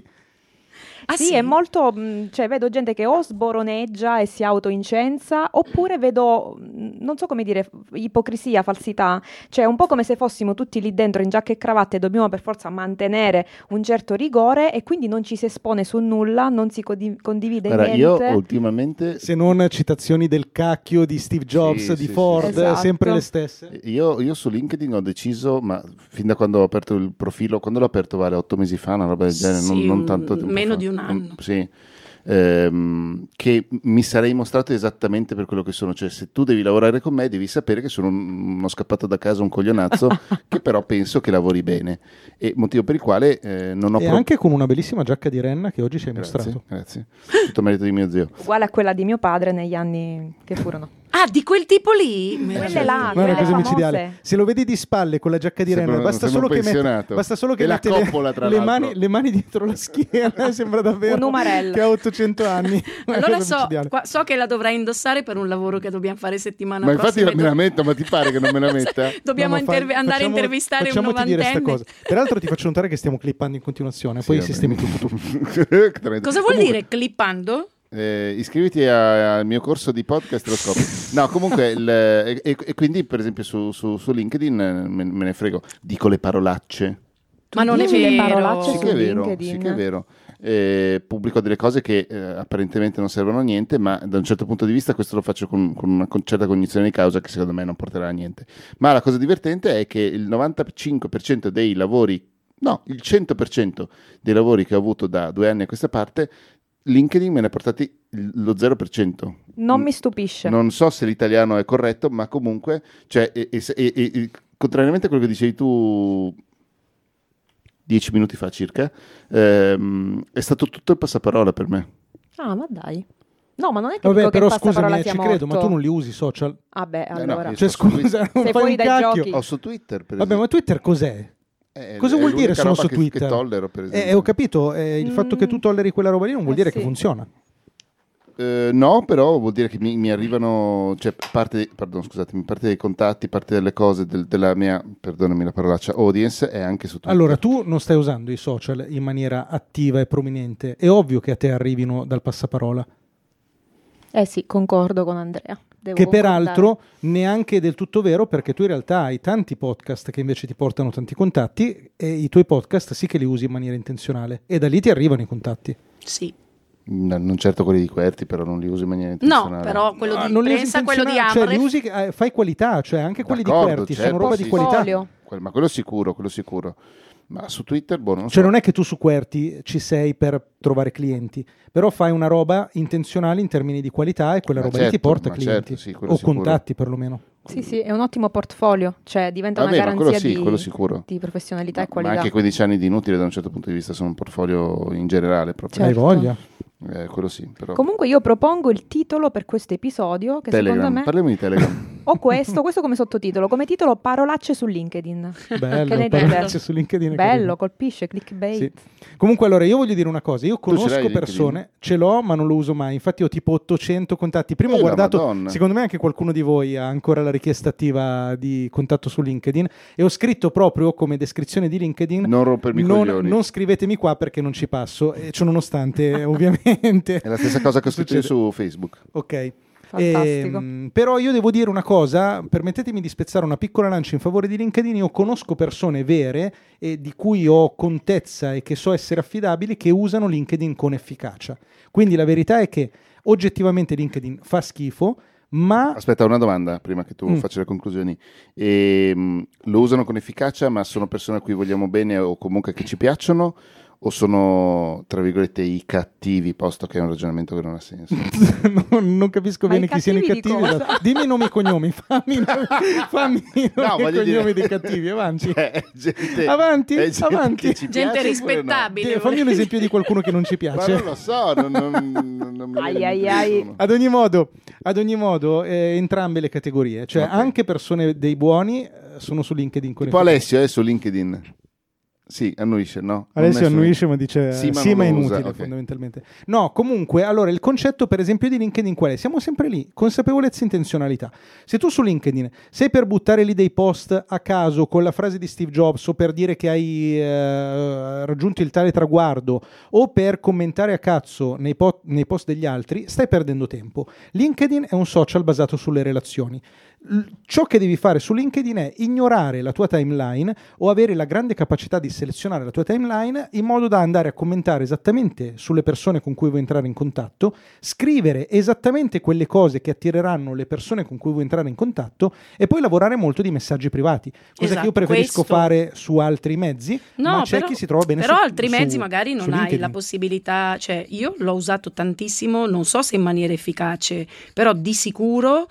Ah,
sì, è molto, mh, cioè vedo gente che o sboroneggia e si autoincensa, oppure vedo, mh, non so come dire, ipocrisia, falsità, cioè un po' come se fossimo tutti lì dentro in giacca e cravatta e dobbiamo per forza mantenere un certo rigore e quindi non ci si espone su nulla, non si codi- condivide
Guarda,
niente.
io ultimamente
Se non citazioni del cacchio di Steve Jobs,
Sì,
di
sì,
Ford,
sì. Esatto.
sempre le stesse.
Io, io su LinkedIn ho deciso, ma fin da quando ho aperto il profilo, quando l'ho aperto vale otto mesi fa, una roba del genere, non,
Sì,
non tanto tempo
meno
fa.
di un anno.
Mm, sì. Ehm, che mi sarei mostrato esattamente per quello che sono, cioè se tu devi lavorare con me devi sapere che sono un- uno scappato da casa, un coglionazzo che però penso che lavori bene, e motivo per il quale eh, non ho
E
pro-
anche con una bellissima giacca di renna che oggi ci hai
grazie,
mostrato.
grazie, tutto merito di mio zio.
Uguale a quella di mio padre negli anni che furono.
Ah, di quel tipo lì?
Quelle là,
Guarda
quelle
cosa
famose.
micidiale. Se lo vedi di spalle con la giacca di
Sembra-
renna, basta
sembra
solo,
un
che mette,
pensionato.
basta solo che
E la
mette le-
coppola, tra
le,
l'altro.
mani, le mani dietro la schiena, sembra davvero
Un umarello.
che ha ottocento anni. Una
Allora
cosa
so,
micidiale.
qua- so che la dovrai indossare per un lavoro che dobbiamo fare settimana
Ma infatti
prossima.
me la metto, ma ti pare che non me la metta?
Dobbiamo
No, ma fai-
interve- andare
facciamo-
a intervistare un
facciamoti dire sta
novantenne.
cosa. Peraltro ti faccio notare che stiamo clippando in continuazione,
Sì,
poi
vabbè.
sistemi tutto tu.
Cosa vuol
Comunque,
dire clippando?
Eh, iscriviti a- al mio corso di podcast e lo scopri. No, comunque, il- e, e- e quindi per esempio su, su- su LinkedIn eh, me, me ne frego, dico le parolacce.
Ma non è
dici le
vero.
parolacce
Sì
su
che è vero,
LinkedIn?
sì che è vero. Eh, pubblico delle cose che eh, apparentemente non servono a niente, ma da un certo punto di vista questo lo faccio con, con una con certa cognizione di causa che secondo me non porterà a niente. Ma la cosa divertente è che il novantacinque per cento dei lavori, no, il cento per cento dei lavori che ho avuto da due anni a questa parte, LinkedIn me ne ha portati il- lo zero per cento.
Non mi stupisce.
Non so se l'italiano è corretto, ma comunque, cioè, e- e- e- e- e- contrariamente a quello che dicevi tu dieci minuti fa circa, ehm, è stato tutto il passaparola per me.
Ah, ma dai. No, ma non è che
Vabbè,
dico
però
che il passaparola
scusami,
sia
ci credo,
morto.
ma tu non li usi i social?
Vabbè,
Eh, no,
allora.
io
Cioè
sto su
scusa, non
Sei
fai
fuori
un
dai
cacchio.
giochi.
Ho su Twitter, per
Vabbè, ma Twitter cos'è?
Eh,
Cosa
è
vuol dire
l'unica
sono
roba
su
che-
Twitter?
Che tollero, per
Eh,
esempio.
ho capito, eh, il
Mm.
fatto che tu tolleri quella roba lì non vuol
Eh,
dire
sì.
che funziona.
Eh, no, però vuol dire che mi, mi arrivano, cioè parte, pardon, scusatemi, parte dei contatti, parte delle cose del- della mia, perdonami la parolaccia, audience è anche su Twitter.
Allora, tu non stai usando i social in maniera attiva e prominente. È ovvio che a te arrivino dal passaparola.
Eh sì, concordo con Andrea. Devo
Che
concordare.
peraltro neanche è del tutto vero, perché tu in realtà hai tanti podcast che invece ti portano tanti contatti e i tuoi podcast sì che li usi in maniera intenzionale e da lì ti arrivano i contatti.
Sì.
No, non certo quelli di Querti, però non li uso in maniera
No,
intenzionale.
però quello
Ah,
di
non li usi
Prensa, quello di
intenzionali, cioè, li
Amref,
usi, eh, fai qualità, cioè anche quelli di
D'accordo,
Querti
certo,
sono roba
sì,
di qualità.
Portfolio.
Quel- ma quello sicuro, quello sicuro. Ma su Twitter, boh, non
Cioè
so.
non è che tu su Querti ci sei per trovare clienti, però fai una roba intenzionale in termini di qualità e quella
Ma
roba lì ti
certo,
porta
ma
clienti
certo, sì, quello
o
sicuro.
contatti perlomeno.
Sì, sì, è un ottimo portfolio, cioè diventa
Vabbè,
una
ma quello
garanzia
sì, quello
di,
sicuro.
di professionalità
Ma,
e
ma
qualità.
anche quindici anni di inutile da un certo punto di vista sono un portfolio in generale proprio.
Hai
Certo.
voglia?
Eh, quello sì, però.
Comunque io propongo il titolo per questo episodio che
Telegram,
secondo me
parliamo di Telegram.
o questo, questo come sottotitolo, come titolo parolacce su LinkedIn.
Bello,
Che ne
parolacce
dite?
su LinkedIn è
Bello,
carino.
colpisce, clickbait.
Sì. Comunque allora io voglio dire una cosa, io
ce l'hai
conosco
LinkedIn?
persone, ce l'ho ma non lo uso mai, infatti ho tipo ottocento contatti. Prima
Eh,
ho
la
guardato,
Madonna.
secondo me anche qualcuno di voi ha ancora la richiesta attiva di contatto su LinkedIn e ho scritto proprio come descrizione di LinkedIn
Non rompermi i
non,
coglioni.
non scrivetemi qua perché non ci passo, e ciò nonostante ovviamente.
È la stessa cosa che ho scritto io
Succede.
su Facebook.
Ok.
Fantastico.
Ehm, però io devo dire una cosa, permettetemi di spezzare una piccola lancia in favore di LinkedIn. Io conosco persone vere e di cui ho contezza e che so essere affidabili che usano LinkedIn con efficacia. Quindi la verità è che oggettivamente LinkedIn fa schifo, ma
Aspetta, una domanda prima che tu
Mm.
faccia le conclusioni. Ehm, lo usano con efficacia, ma sono persone a cui vogliamo bene o comunque che ci piacciono? O sono, tra virgolette, i cattivi, posto che è un ragionamento che non ha senso?
non, non capisco
Ma
bene
i
chi siano i
cattivi di
cattivi.
cosa?
Dimmi i nomi e cognomi, fammi i nomi, fammi i nomi
No,
e
voglio
cognomi
dire-
dei cattivi, avanti.
Cioè, è gente-
Avanti,
è gente
avanti.
che ci
gente
piace oppure no?
rispettabile.
Dì, fammi un esempio di qualcuno che non ci
Ma
piace.
non lo so, non, non, non, non mi
Ai,
viene in
ai,
mente
ai.
nessuno.
Ad ogni modo, ad ogni modo eh, entrambe le categorie, cioè
Ok.
anche persone dei buoni eh, sono su LinkedIn con
Tipo Alessio è su LinkedIn. Sì, annuisce, no? Non
Alessio
è su-
annuisce ma dice
Sì,
sì,
ma
ma,
non
è
lo usa,
inutile
ok.
fondamentalmente. No, comunque, allora il concetto per esempio di LinkedIn qual è? Siamo sempre lì, consapevolezza e intenzionalità. Se tu su LinkedIn sei per buttare lì dei post a caso con la frase di Steve Jobs o per dire che hai eh, raggiunto il tale traguardo o per commentare a cazzo nei, po- nei post degli altri, stai perdendo tempo. LinkedIn è un social basato sulle relazioni. L- ciò che devi fare su LinkedIn è ignorare la tua timeline o avere la grande capacità di selezionare la tua timeline in modo da andare a commentare esattamente sulle persone con cui vuoi entrare in contatto, scrivere esattamente quelle cose che attireranno le persone con cui vuoi entrare in contatto e poi lavorare molto di messaggi privati, cosa
Esatto,
che io preferisco
questo.
fare su altri mezzi,
No,
ma c'è
però,
chi si trova bene
però
su
altri
su-
mezzi magari non
su
hai
LinkedIn.
la possibilità, cioè io l'ho usato tantissimo, non so se in maniera efficace, però di sicuro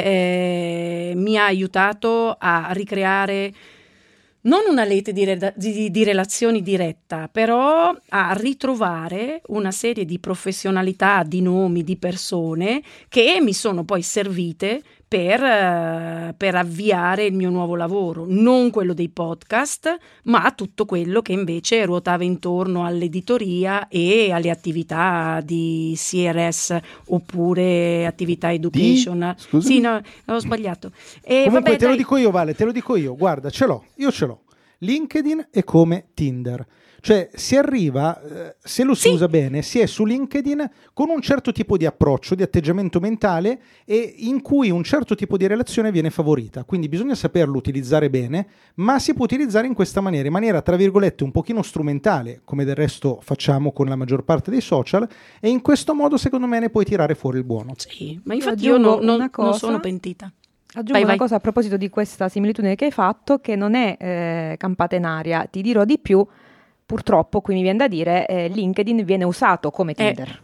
eh, mi ha aiutato a ricreare non una rete di, reda- di- di relazioni diretta, però a ritrovare una serie di professionalità, di nomi, di persone che mi sono poi servite per, eh, per avviare il mio nuovo lavoro, non quello dei podcast, ma tutto quello che invece ruotava intorno all'editoria e alle attività di C R S oppure attività education.
Scusa?
Sì, no, ho sbagliato. E
Comunque
vabbè,
te lo
dai.
dico io, Vale, te lo dico io. Guarda, ce l'ho, io ce l'ho. LinkedIn è come Tinder. Cioè, si arriva, eh, se lo si
Sì.
usa bene, si è su LinkedIn con un certo tipo di approccio, di atteggiamento mentale e in cui un certo tipo di relazione viene favorita. Quindi bisogna saperlo utilizzare bene, ma si può utilizzare in questa maniera, in maniera tra virgolette un pochino strumentale, come del resto facciamo con la maggior parte dei social, e in questo modo secondo me ne puoi tirare fuori il buono.
Sì, ma infatti io
Aggiungo
non, non-
una
non
cosa.
sono pentita.
Aggiungo
Vai,
una
vai.
cosa a proposito di questa similitudine che hai fatto, che non è eh, campata in aria. Ti dirò di più, purtroppo, qui mi viene da dire, eh, LinkedIn viene usato come Tinder.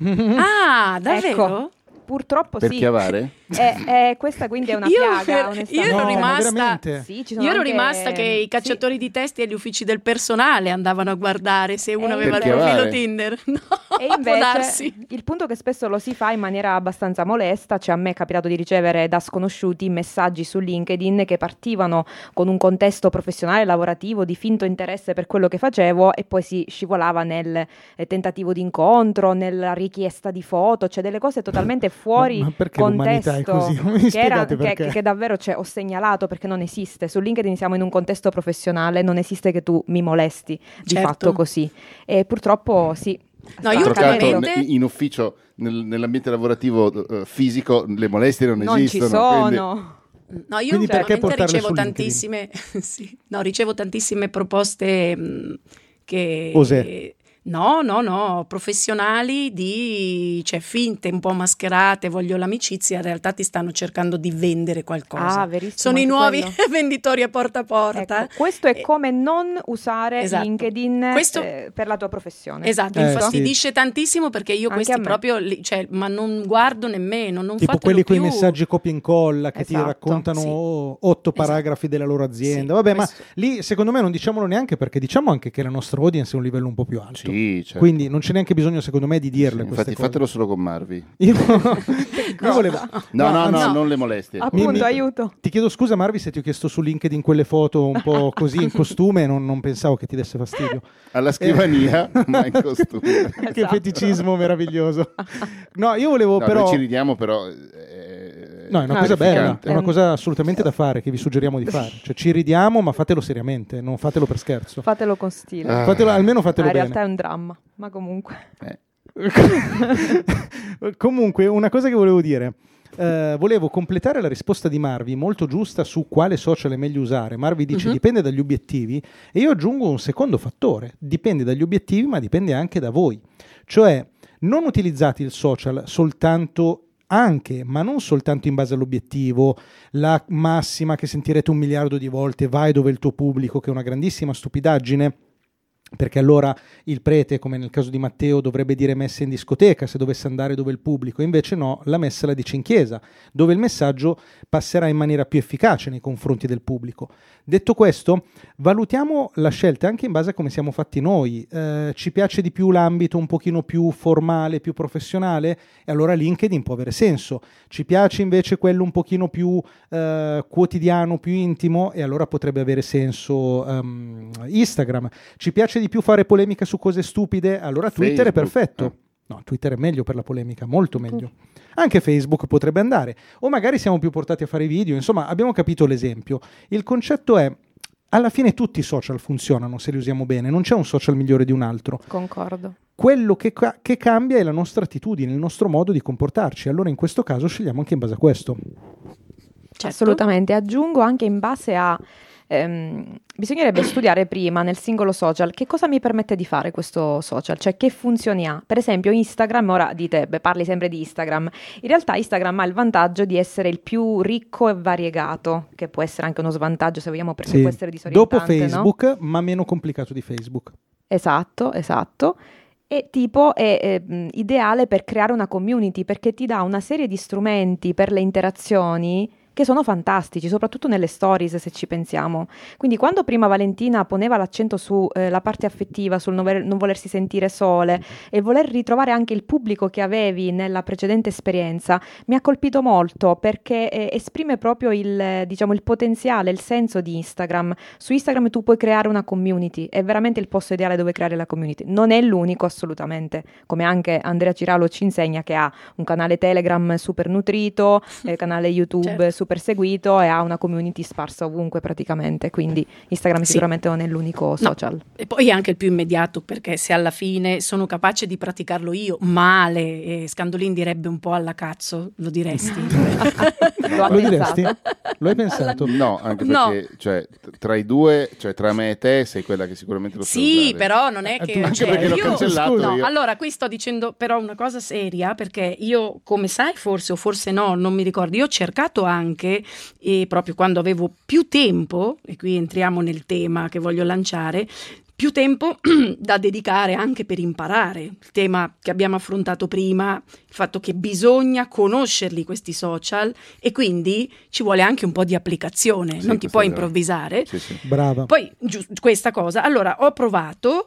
Ah, davvero?
Ecco, purtroppo
Per
sì.
chiavare?
Eh, eh, questa quindi è una
Io
piaga,
ero-
onestamente.
io ero
No, ma
rimasta,
veramente?
Sì, ci sono
io ero
anche-
rimasta che i cacciatori di testi agli uffici del personale andavano a guardare se uno
Eh,
aveva il
per
profilo
chiavare?
Tinder. No.
E
Può
invece
darsi.
il punto è che spesso lo si fa in maniera abbastanza molesta, cioè a me è capitato di ricevere da sconosciuti messaggi su LinkedIn che partivano con un contesto professionale, lavorativo, di finto interesse per quello che facevo e poi si scivolava nel eh, tentativo di incontro, nella richiesta di foto, cioè delle cose totalmente fuori
Ma- ma perché l'umanità è
contesto,
così? Non mi
che, era,
spiegate
che,
perché?
che davvero cioè, ho segnalato perché non esiste. Su LinkedIn siamo in un contesto professionale, non esiste che tu mi molesti di
Certo.
fatto così. E purtroppo sì.
No,
sta
io
D'altro canto,
ultimamente-
ne- in ufficio, nel- nell'ambiente lavorativo eh, fisico, le molestie non,
non ci
esistono. quindi-
sono.
No, io
Quindi perché
ultimamente
portarle
ricevo
su
tantissime, sì, no, ricevo tantissime proposte mh, che...
Osè.
No, no, no, professionali di, cioè finte, un po' mascherate, voglio l'amicizia, in realtà ti stanno cercando di vendere qualcosa.
Ah, verissimo.
Sono i
anche
nuovi
quello.
venditori a porta a porta.
Ecco, questo è
Eh,
come non usare
esatto.
LinkedIn
Questo-
eh, per la tua professione.
Esatto,
Eh,
infastidisce tantissimo perché io
Anche
questi
a me.
proprio, li- cioè, ma non guardo nemmeno, non
Tipo
fatelo
quelli con i
più.
messaggi copia e incolla che ti
Esatto,
raccontano
sì.
otto
Esatto.
paragrafi della loro azienda.
Sì,
Vabbè,
questo-
ma lì secondo me non diciamolo neanche, perché diciamo anche che la nostra audience è un livello un po' più alto.
Sì, certo.
Quindi non c'è neanche bisogno secondo me di dirle
Sì,
queste
infatti
cose.
fatelo solo con Marvi.
Io, io volevo...
No, no, no,
anzi,
non le molestie.
Appunto,
Mi- mi-
aiuto.
Ti chiedo scusa Marvi se ti ho chiesto su LinkedIn quelle foto un po' così in costume, non, non pensavo che ti desse fastidio.
Alla scrivania,
Eh.
ma in costume.
Che
Esatto.
feticismo meraviglioso. No, io volevo
No,
però...
noi ci ridiamo, però... eh,
No, è una
No,
cosa bella,
terrificante.
è una cosa assolutamente da fare, che vi suggeriamo di fare. Cioè ci ridiamo, ma fatelo seriamente, non fatelo per scherzo.
Fatelo con stile.
Ah.
Fatelo, almeno fatelo
Ma in
bene.
realtà è un dramma, ma comunque.
Eh.
Comunque, una cosa che volevo dire. eh, volevo completare la risposta di Marvi, molto giusta, su quale social è meglio usare. Marvi dice
Mhm.
dipende dagli obiettivi, e io aggiungo un secondo fattore: dipende dagli obiettivi, ma dipende anche da voi. Cioè, non utilizzate il social soltanto, anche, ma non soltanto in base all'obiettivo, la massima che sentirete un miliardo di volte, vai dove è il tuo pubblico, che è una grandissima stupidaggine. Perché allora il prete, come nel caso di Matteo, dovrebbe dire messa in discoteca se dovesse andare dove il pubblico, invece no, la messa la dice in chiesa, dove il messaggio passerà in maniera più efficace nei confronti del pubblico. Detto questo, valutiamo la scelta anche in base a come siamo fatti noi. Eh, ci piace di più l'ambito un pochino più formale, più professionale, e allora LinkedIn può avere senso. Ci piace invece quello un pochino più eh, quotidiano, più intimo, e allora potrebbe avere senso ehm, Instagram. Ci piace di più fare polemica su cose stupide, allora Twitter è
Facebook,
perfetto.
eh.
No, Twitter è meglio per la polemica, molto meglio. Anche Facebook potrebbe andare, o magari siamo più portati a fare video. Insomma, abbiamo capito l'esempio. Il concetto è, alla fine tutti i social funzionano se li usiamo bene, non c'è un social migliore di un altro.
Concordo.
Quello che, ca- che cambia è la nostra attitudine, il nostro modo di comportarci. Allora in questo caso scegliamo anche in base a questo.
Certo.
Assolutamente. Aggiungo anche in base a... ehm, bisognerebbe studiare prima nel singolo social che cosa mi permette di fare questo social, cioè che funzioni ha. Per esempio Instagram, ora dite, beh, parli sempre di Instagram, in realtà Instagram ha il vantaggio di essere il più ricco e variegato, che può essere anche uno svantaggio se vogliamo, perché
Sì.
può essere disorientante.
Dopo
no?
Facebook, ma meno complicato di Facebook.
Esatto, esatto. E tipo è eh, ideale per creare una community, perché ti dà una serie di strumenti per le interazioni che sono fantastici, soprattutto nelle stories, se ci pensiamo. Quindi quando prima Valentina poneva l'accento su eh, la parte affettiva, sul non, voler, non volersi sentire sole e voler ritrovare anche il pubblico che avevi nella precedente esperienza, mi ha colpito molto, perché eh, esprime proprio il, eh, diciamo, il potenziale, il senso di Instagram. Su Instagram tu puoi creare una community, è veramente il posto ideale dove creare la community. Non è l'unico, assolutamente, come anche Andrea Ciralo ci insegna, che ha un canale Telegram super nutrito, eh, canale YouTube
Certo.
super seguito, e ha una community sparsa ovunque praticamente, quindi Instagram
Sì.
sicuramente non è l'unico social.
E poi è anche il più immediato, perché se alla fine sono capace di praticarlo io male, e Scandolin direbbe un po' alla cazzo, lo diresti?
Lo ha
Lo
pensato.
diresti? Lo hai pensato?
No, anche
No.
perché cioè, t- tra i due, cioè tra me e te, sei quella che sicuramente lo sa
Sì,
usare.
però non è
Eh,
che...
tu- anche
cioè,
perché l'ho
io-
cancellato
no,
io.
allora qui sto dicendo però una cosa seria, perché io, come sai, forse o forse no, non mi ricordo, io ho cercato anche, e proprio quando avevo più tempo, e qui entriamo nel tema che voglio lanciare, più tempo da dedicare anche per imparare il tema che abbiamo affrontato prima, il fatto che bisogna conoscerli questi social e quindi ci vuole anche un po' di applicazione,
Sì,
non ti
questo
puoi
è vero.
improvvisare.
Sì, sì.
Brava.
Poi giu- questa cosa, allora ho provato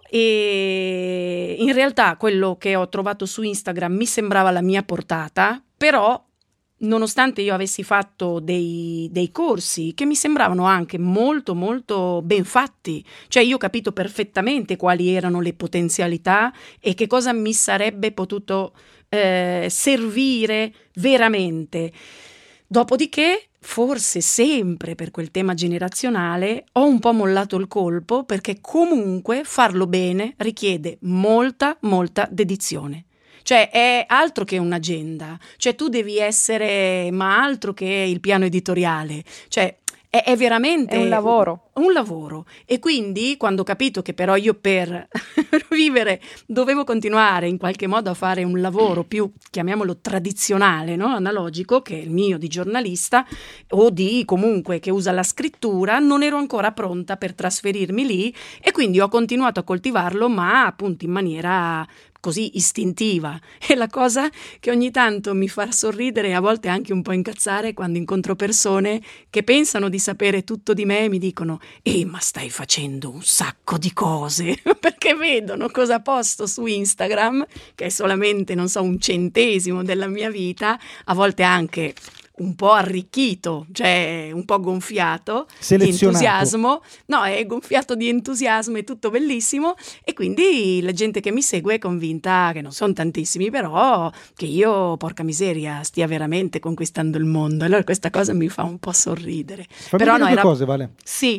e in realtà quello che ho trovato su Instagram mi sembrava la mia portata, però nonostante io avessi fatto dei, dei corsi che mi sembravano anche molto molto ben fatti, cioè io ho capito perfettamente quali erano le potenzialità e che cosa mi sarebbe potuto eh, servire veramente. Dopodiché, forse sempre per quel tema generazionale, ho un po' mollato il colpo perché comunque farlo bene richiede molta, molta dedizione. Cioè è altro che un'agenda, cioè tu devi essere, ma altro che il piano editoriale, cioè è, è veramente
È un lavoro.
Un, un lavoro. E quindi quando ho capito che però io per vivere dovevo continuare in qualche modo a fare un lavoro più, chiamiamolo tradizionale, no? Analogico, che è il mio di giornalista o di comunque che usa la scrittura, non ero ancora pronta per trasferirmi lì e quindi ho continuato a coltivarlo, ma appunto in maniera così istintiva. E la cosa che ogni tanto mi fa sorridere e a volte anche un po' incazzare quando incontro persone che pensano di sapere tutto di me e mi dicono «Eh, ma stai facendo un sacco di cose», perché vedono cosa posto su Instagram, che è solamente, non so, un centesimo della mia vita, a volte anche un po' arricchito, cioè un po' gonfiato di
Selezionato.
entusiasmo, no, è gonfiato di entusiasmo, è tutto bellissimo e quindi la gente che mi segue è convinta, che non sono tantissimi, però che io, porca miseria, stia veramente conquistando il mondo. Allora questa cosa mi fa un po' sorridere.
Fammi
Però
dire
no,
due
era...
cose, Vale.
Sì,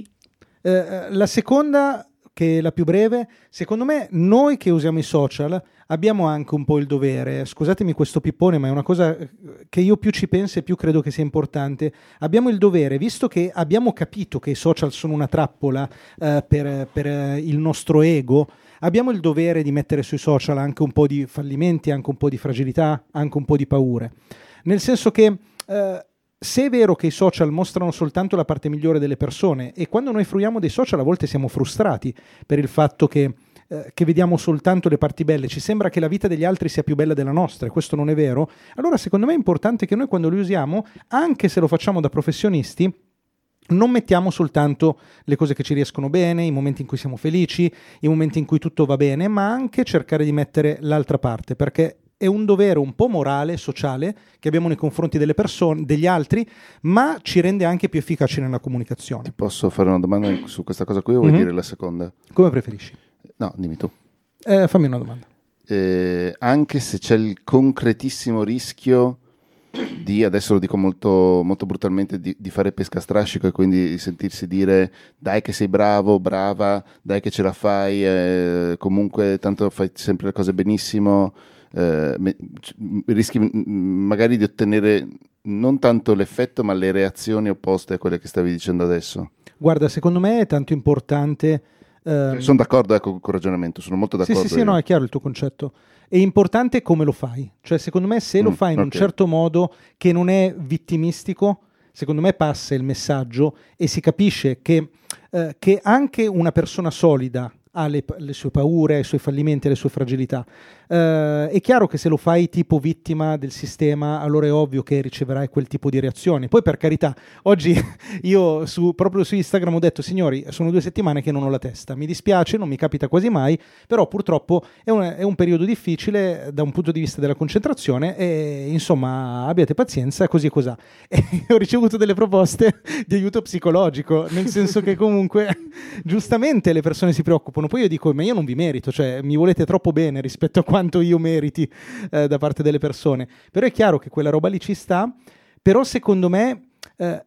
Eh, la seconda, che è la più breve, secondo me noi che usiamo i social abbiamo anche un po' il dovere, scusatemi questo pippone, ma è una cosa che io più ci penso e più credo che sia importante, abbiamo il dovere, visto che abbiamo capito che i social sono una trappola eh, per, per eh, il nostro ego, abbiamo il dovere di mettere sui social anche un po' di fallimenti, anche un po' di fragilità, anche un po' di paure. Nel senso che eh, se è vero che i social mostrano soltanto la parte migliore delle persone e quando noi fruiamo dei social a volte siamo frustrati per il fatto che, eh, che vediamo soltanto le parti belle, ci sembra che la vita degli altri sia più bella della nostra e questo non è vero, allora secondo me è importante che noi quando li usiamo, anche se lo facciamo da professionisti, non mettiamo soltanto le cose che ci riescono bene, i momenti in cui siamo felici, i momenti in cui tutto va bene, ma anche cercare di mettere l'altra parte, perché è un dovere un po' morale, sociale, che abbiamo nei confronti delle persone, degli altri, ma ci rende anche più efficaci nella comunicazione.
Ti posso fare una domanda su questa cosa qui o vuoi
Mhm.
dire la seconda?
Come preferisci?
No, dimmi tu.
Eh, fammi una domanda.
Eh, anche se c'è il concretissimo rischio di, adesso lo dico molto, molto brutalmente, di, di fare pesca a strascico e quindi di sentirsi dire dai che sei bravo, brava, dai che ce la fai, eh, comunque tanto fai sempre le cose benissimo, eh, me- c- rischi m- magari di ottenere non tanto l'effetto ma le reazioni opposte a quelle che stavi dicendo adesso.
Guarda, secondo me è tanto importante... ehm,
Sono d'accordo ecco, con il ragionamento, sono molto
Sì,
d'accordo.
sì, sì,
io.
no, è chiaro il tuo concetto. È importante come lo fai. Cioè, secondo me, se lo
Mm,
fai in un
ok.
certo modo che non è vittimistico, secondo me passa il messaggio e si capisce che, eh, che anche una persona solida ha le, le sue paure, i suoi fallimenti, le sue fragilità. Eh, è chiaro che se lo fai tipo vittima del sistema, allora è ovvio che riceverai quel tipo di reazioni. Poi, per carità, oggi io su, proprio su Instagram ho detto, signori, sono due settimane che non ho la testa, mi dispiace, non mi capita quasi mai, però purtroppo è un, è un periodo difficile da un punto di vista della concentrazione e insomma abbiate pazienza, così e così. E ho ricevuto delle proposte di aiuto psicologico, nel senso che comunque giustamente le persone si preoccupano, poi io dico, ma io non vi merito, cioè mi volete troppo bene rispetto a quanto io meriti eh, da parte delle persone, però è chiaro che quella roba lì ci sta, però secondo me eh,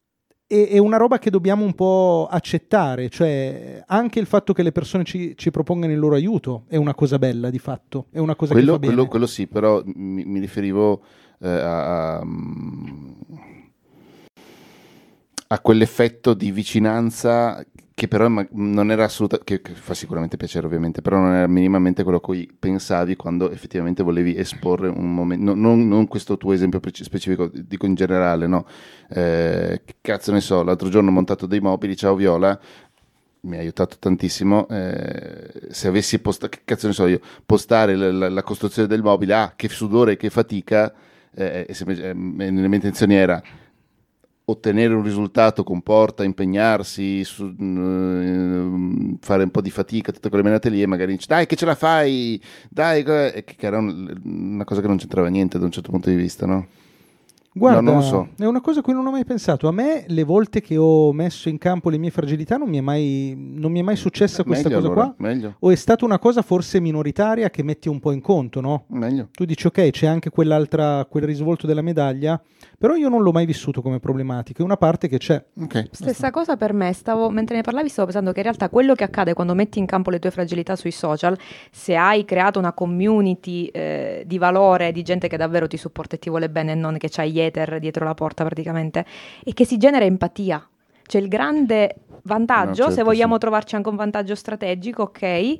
è, è una roba che dobbiamo un po' accettare, cioè anche il fatto che le persone ci, ci propongano il loro aiuto è una cosa bella di fatto, è una cosa
Quello,
che fa bene.
quello, quello sì, però mi, mi riferivo eh, a, a, a quell'effetto di vicinanza che però ma- non era assolutamente, che, che fa sicuramente piacere ovviamente, però non era minimamente quello a cui pensavi quando effettivamente volevi esporre un momento, no, non, non questo tuo esempio preci- specifico, dico in generale, no? Eh, che cazzo ne so, l'altro giorno ho montato dei mobili, ciao Viola, mi ha aiutato tantissimo. Eh, se avessi postato, che cazzo ne so io, postare la, la, la costruzione del mobile, ah, che sudore, che fatica, eh, e se, eh, nelle mie intenzioni era ottenere un risultato comporta impegnarsi, su, uh, fare un po' di fatica, tutte quelle menate lì, e magari dici dai che ce la fai, dai, che era un, una cosa che non c'entrava niente da un certo punto di vista, no?
Guarda,
no, non lo so.
È una cosa a cui non ho mai pensato. A me le volte che ho messo in campo le mie fragilità non mi è mai, non mi è mai successa questa
meglio,
cosa
allora,
qua.
Meglio.
O è stata una cosa forse minoritaria che metti un po' in conto, no?
Meglio.
Tu dici ok, c'è anche quell'altra, quel risvolto della medaglia, però io non l'ho mai vissuto come problematica, è una parte che c'è.
Okay,
Stessa basta. Cosa per me, stavo, mentre ne parlavi stavo pensando che in realtà quello che accade quando metti in campo le tue fragilità sui social, se hai creato una community eh, di valore, di gente che davvero ti supporta e ti vuole bene e non che c'hai gli hater dietro la porta praticamente, e che si genera empatia. C'è il grande vantaggio, no, certo, se vogliamo sì. trovarci anche un vantaggio strategico, ok, eh,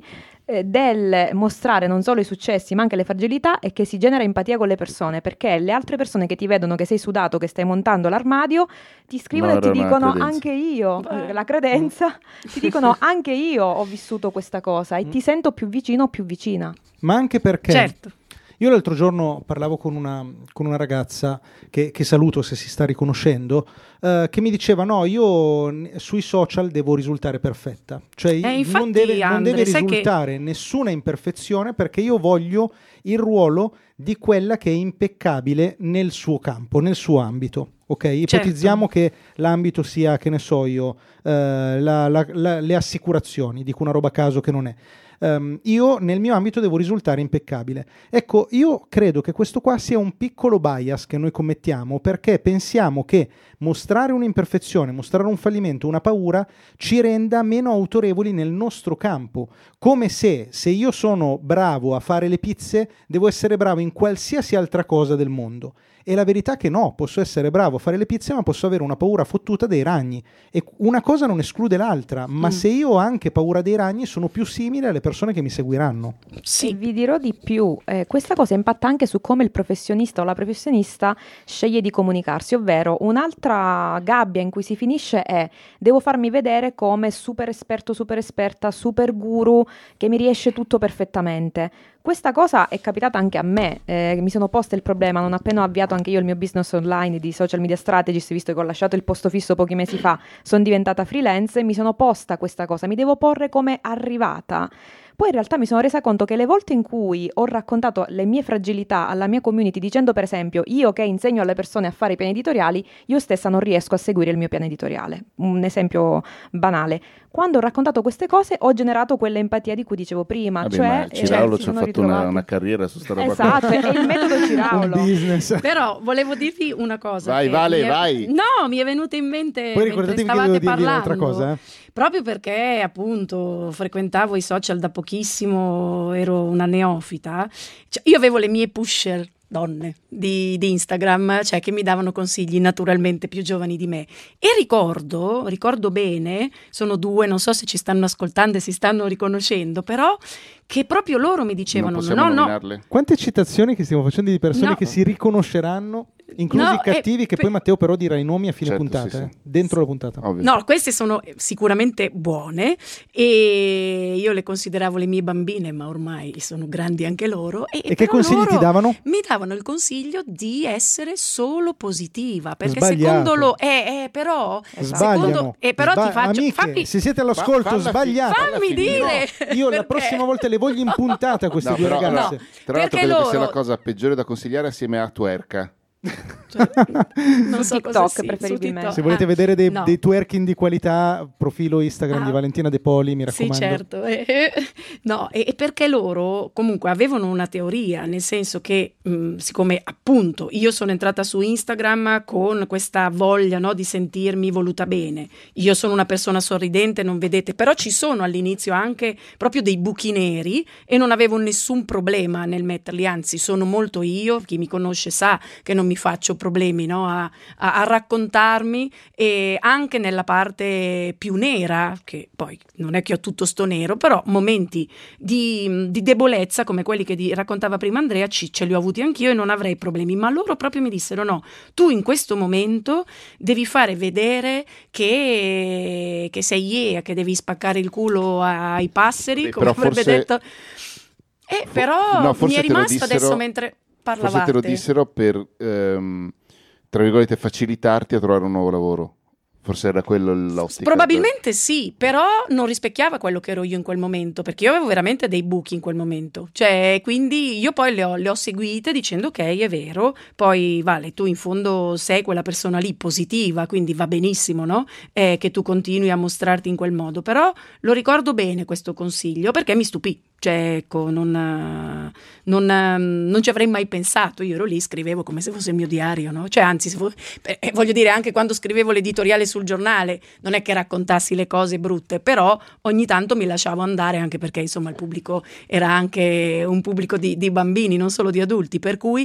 del mostrare non solo i successi ma anche le fragilità, e che si genera empatia con le persone, perché le altre persone che ti vedono che sei sudato, che stai montando l'armadio, ti scrivono no, e ti dicono anche io, Beh. la credenza, ti dicono anche io ho vissuto questa cosa e mm. ti sento più vicino o più vicina.
Ma anche perché...
Certo.
Io l'altro giorno parlavo con una, con una ragazza che, che saluto se si sta riconoscendo, uh, che mi diceva no, io sui social devo risultare perfetta, cioè
eh, infatti,
non deve, non
Andre,
deve risultare
che...
nessuna imperfezione, perché io voglio il ruolo di quella che è impeccabile nel suo campo, nel suo ambito. Ok, ipotizziamo certo. che l'ambito sia, che ne so io, eh, la, la, la, le assicurazioni, dico una roba a caso che non è. Um, io nel mio ambito devo risultare impeccabile. Ecco, io credo che questo qua sia un piccolo bias che noi commettiamo, perché pensiamo che mostrare un'imperfezione, mostrare un fallimento, una paura ci renda meno autorevoli nel nostro campo, come se se io sono bravo a fare le pizze devo essere bravo in qualsiasi altra cosa del mondo. E la verità è che no, posso essere bravo a fare le pizze ma posso avere una paura fottuta dei ragni, e una cosa non esclude l'altra, ma mm. se io ho anche paura dei ragni sono più simile alle persone che mi seguiranno.
Sì, e vi dirò di più, eh, questa cosa impatta anche su come il professionista o la professionista sceglie di comunicarsi, ovvero un'altra gabbia in cui si finisce è devo farmi vedere come super esperto, super esperta, super guru, che mi riesce tutto perfettamente. Questa cosa è capitata anche a me, eh, mi sono posta il problema non appena ho avviato anche io il mio business online di social media strategist, visto che ho lasciato il posto fisso pochi mesi fa, sono diventata freelance e mi sono posta questa cosa, mi devo porre come arrivata. Poi in realtà mi sono resa conto che le volte in cui ho raccontato le mie fragilità alla mia community, dicendo per esempio io che insegno alle persone a fare i piani editoriali, io stessa non riesco a seguire il mio piano editoriale, un esempio banale. Quando ho raccontato queste cose ho generato quella empatia di cui dicevo prima.
Vabbè,
cioè,
Ciraulo
eh,
ci ha fatto una, una carriera su sta roba.
Esatto, è il metodo Ciraulo.
Un business.
Però volevo dirvi una cosa.
Vai, Vale,
è...
vai.
No, mi è venuta in mente
Poi
mentre
ricordatevi
stavate
che devo dirvi
parlando.
un'altra cosa. Eh?
Proprio perché appunto frequentavo i social da pochissimo, ero una neofita. Cioè, io avevo le mie pusher donne di, di Instagram, cioè che mi davano consigli naturalmente più giovani di me, e ricordo, ricordo bene, sono due, non so se ci stanno ascoltando e si stanno riconoscendo, però che proprio loro mi dicevano no, no.
Quante citazioni che stiamo facendo di persone
no.
che si riconosceranno, inclusi
no,
i cattivi,
eh,
che
per...
poi Matteo però dirà i nomi a fine
certo,
puntata,
sì, sì.
Eh, dentro la puntata.
Ovvio.
No, queste sono sicuramente buone e io le consideravo le mie bambine, ma ormai sono grandi anche loro. E,
e che consigli ti davano?
Mi davano il consiglio di essere solo positiva, perché
Sbagliato.
secondo loro, eh, eh, però,
sbagliano.
secondo, eh, però
Sba-
ti faccio,
amiche,
fammi,
se siete all'ascolto,
fa-
sbagliate.
fammi dire.
No, io la
perché?
prossima volta le voglio in puntata queste
No,
due
però,
ragazze.
no. Tra l'altro
Perché
credo
loro...
che sia la cosa peggiore da consigliare assieme a Twerka.
Cioè, non
su
so
TikTok
cosa sia,
preferibilmente.
su TikTok.
Se volete
Ah,
vedere dei,
no.
dei twerking di qualità, profilo Instagram
Ah.
di Valentina De Poli, mi raccomando.
Sì, certo. Eh, eh, no, e, e perché loro comunque avevano una teoria, nel senso che mh, siccome appunto io sono entrata su Instagram con questa voglia, no, di sentirmi voluta bene, io sono una persona sorridente, non vedete, però ci sono all'inizio anche proprio dei buchi neri e non avevo nessun problema nel metterli, anzi sono molto io, chi mi conosce sa che non mi mi faccio problemi, no? a, a, a raccontarmi, e anche nella parte più nera, che poi non è che ho tutto sto nero, però momenti di, di debolezza come quelli che di, raccontava prima Andrea ci, ce li ho avuti anch'io e non avrei problemi, ma loro proprio mi dissero no, tu in questo momento devi fare vedere che, che sei yeah, che devi spaccare il culo ai passeri,
Beh,
come avrebbe
forse...
detto. Eh, però
no,
mi è rimasto
dissero,
adesso mentre parlavate.
Forse te lo dissero per, ehm, tra virgolette, facilitarti a trovare un nuovo lavoro. Forse era quello l'ottica.
Probabilmente sì, però non rispecchiava quello che ero io in quel momento, perché io avevo veramente dei buchi in quel momento. Cioè, quindi io poi le ho, le ho seguite dicendo ok, è vero, poi vale, tu in fondo sei quella persona lì positiva, quindi va benissimo, no? Eh, che tu continui a mostrarti in quel modo, però lo ricordo bene questo consiglio perché mi stupì. Cioè, ecco, non, non, non ci avrei mai pensato. Io ero lì, scrivevo come se fosse il mio diario, no? Cioè, anzi, se fu, eh, voglio dire, anche quando scrivevo l'editoriale sul giornale, non è che raccontassi le cose brutte, però ogni tanto mi lasciavo andare, anche perché, insomma, il pubblico era anche un pubblico di, di bambini, non solo di adulti, per cui,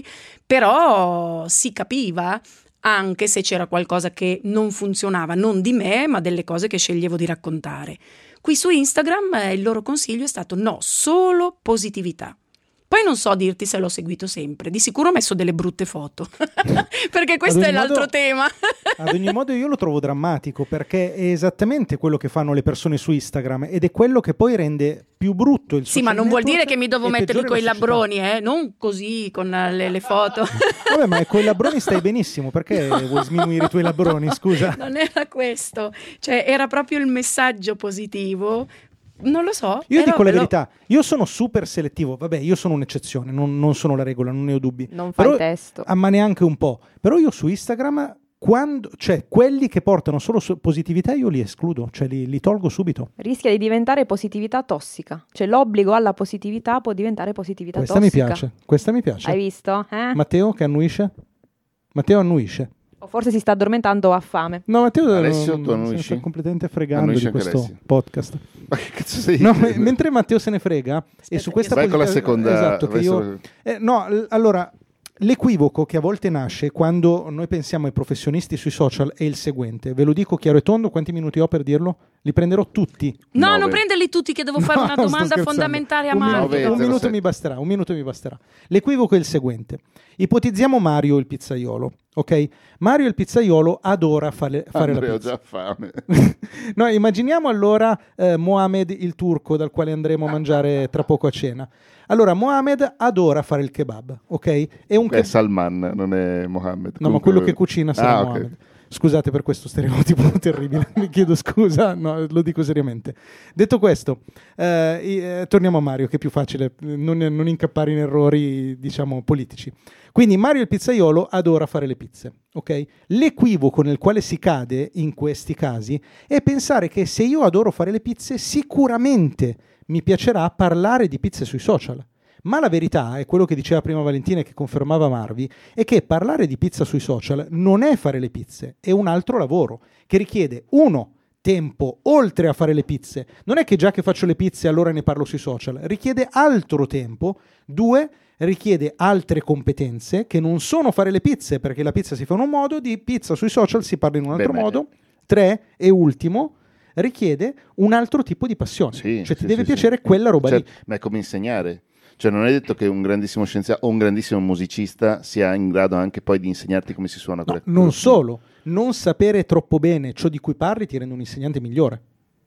però si capiva anche se c'era qualcosa che non funzionava, non di me, ma delle cose che sceglievo di raccontare. Qui su Instagram eh, il loro consiglio è stato no, solo positività. Poi non so dirti se l'ho seguito sempre, di sicuro ho messo delle brutte foto, perché questo è l'altro
modo,
tema.
Ad ogni modo io lo trovo drammatico, perché è esattamente quello che fanno le persone su Instagram ed è quello che poi rende più brutto il social.
Sì, ma non vuol dire che mi devo metterli
con
i labbroni, eh? Non così con le, le foto.
Vabbè, ma con i labbroni stai benissimo, perché vuoi sminuire i tuoi labbroni, scusa?
Non era questo, cioè era proprio il messaggio positivo. Non lo so.
Io
però,
dico la
però...
verità, io sono super selettivo, vabbè, io sono un'eccezione, non, non sono la regola, non ne ho dubbi.
Non fai
però,
testo.
Ah, ma neanche un po'. Però io su Instagram, quando, cioè quelli che portano solo positività io li escludo, cioè li, li tolgo subito.
Rischia di diventare positività tossica, cioè l'obbligo alla positività può diventare positività
questa
tossica.
mi piace, questa mi piace.
Hai visto? Eh?
Matteo che annuisce? Matteo annuisce.
O forse si sta addormentando o ha fame.
No, Matteo
Alessio,
non,
tu annuisci?
si sta completamente fregando
Annuisci
di
anche
questo
Alessio.
podcast.
Ma che cazzo sei?
No, m- mentre Matteo se ne frega
Aspetta,
e su questa
vai con la
posi-
seconda.
esatto, che io
Su...
eh, no, l- allora l'equivoco che a volte nasce quando noi pensiamo ai professionisti sui social è il seguente. Ve lo dico chiaro e tondo, quanti minuti ho per dirlo? Li prenderò tutti.
No,
Nove.
non prenderli tutti, che devo fare
No,
una
sto
domanda
scherzando.
fondamentale a
un
Mario.
minuto,
Nove,
un
zero
minuto
sette.
mi basterà, un minuto mi basterà. L'equivoco è il seguente. Ipotizziamo Mario il pizzaiolo, ok? Mario il pizzaiolo adora fare, fare la
Andrea, ho
pizza.
già fame.
No, immaginiamo allora eh, Mohamed il turco dal quale andremo a mangiare tra poco a cena. Allora, Mohamed adora fare il kebab, ok? È un
È
ke-
Salman, non è Mohammed.
No, ma
Comunque-
quello che cucina sarà
Ah, ok.
Mohamed. Scusate per questo stereotipo terribile, mi chiedo scusa, no, lo dico seriamente. Detto questo, eh, i- eh, torniamo a Mario, che è più facile non, non incappare in errori, diciamo, politici. Quindi Mario il pizzaiolo adora fare le pizze, ok? L'equivoco nel quale si cade in questi casi è pensare che se io adoro fare le pizze, sicuramente mi piacerà parlare di pizze sui social. Ma la verità è quello che diceva prima Valentina e che confermava Marvi, è che parlare di pizza sui social non è fare le pizze, è un altro lavoro che richiede, uno, tempo oltre a fare le pizze. Non è che già che faccio le pizze allora ne parlo sui social, richiede altro tempo. Due, richiede altre competenze che non sono fare le pizze, perché la pizza si fa in un modo, di pizza sui social si parla in un altro
Beh,
modo. Tre, e ultimo, richiede un altro tipo di passione.
Sì,
cioè
sì,
ti deve
sì,
piacere
sì.
quella roba
Cioè,
lì.
ma è come insegnare. Cioè non è detto che un grandissimo scienziato o un grandissimo musicista sia in grado anche poi di insegnarti come si suona
No,
quella
non
cosa.
solo, non sapere troppo bene ciò di cui parli ti rende un insegnante migliore,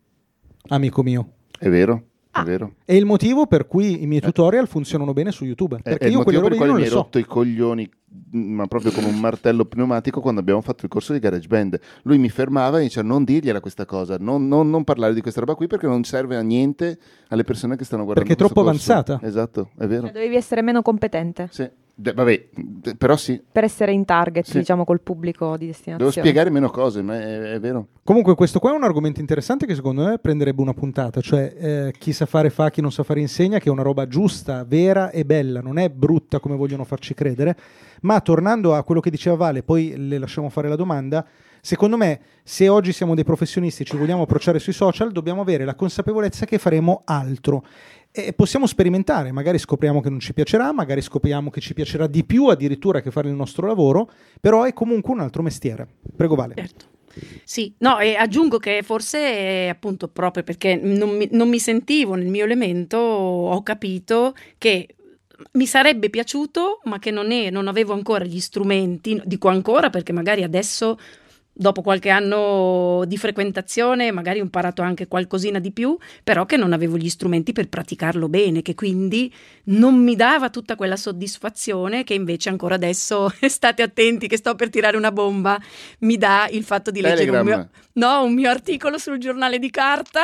amico mio.
È vero,
Ah.
è vero.
È il motivo per cui i miei tutorial funzionano bene su YouTube.
È,
Perché
è il
io quelle
motivo per
robe
il
lì
quale
non
mi
le
hai
so.
rotto i coglioni, ma proprio come un martello pneumatico, quando abbiamo fatto il corso di GarageBand. Lui mi fermava e diceva non dirgliela questa cosa, non, non- non parlare di questa roba qui perché non serve a niente alle persone che stanno guardando
Perché è troppo
questo corso.
avanzata.
Esatto, è vero.
Cioè, dovevi essere meno competente
Sì. De- vabbè, de- però sì,
per essere in target,
Sì.
diciamo, col pubblico di destinazione.
devo spiegare meno cose, ma è, è vero.
Comunque questo qua è un argomento interessante che secondo me prenderebbe una puntata, cioè eh, chi sa fare fa, chi non sa fare insegna, che è una roba giusta, vera e bella, non è brutta come vogliono farci credere. Ma tornando a quello che diceva Vale, poi le lasciamo fare la domanda, secondo me, se oggi siamo dei professionisti e ci vogliamo approcciare sui social, dobbiamo avere la consapevolezza che faremo altro. E possiamo sperimentare, magari scopriamo che non ci piacerà, magari scopriamo che ci piacerà di più addirittura che fare il nostro lavoro, però è comunque un altro mestiere. Prego, Vale.
Certo. Sì, no, e aggiungo che forse appunto proprio perché non mi, non mi sentivo nel mio elemento, ho capito che mi sarebbe piaciuto, ma che non, è, non avevo ancora gli strumenti, dico ancora perché magari adesso, dopo qualche anno di frequentazione, magari ho imparato anche qualcosina di più, però che non avevo gli strumenti per praticarlo bene, che quindi non mi dava tutta quella soddisfazione che invece ancora adesso, state attenti che sto per tirare una bomba, mi dà il fatto di leggere un mio, no, un mio articolo sul giornale di carta.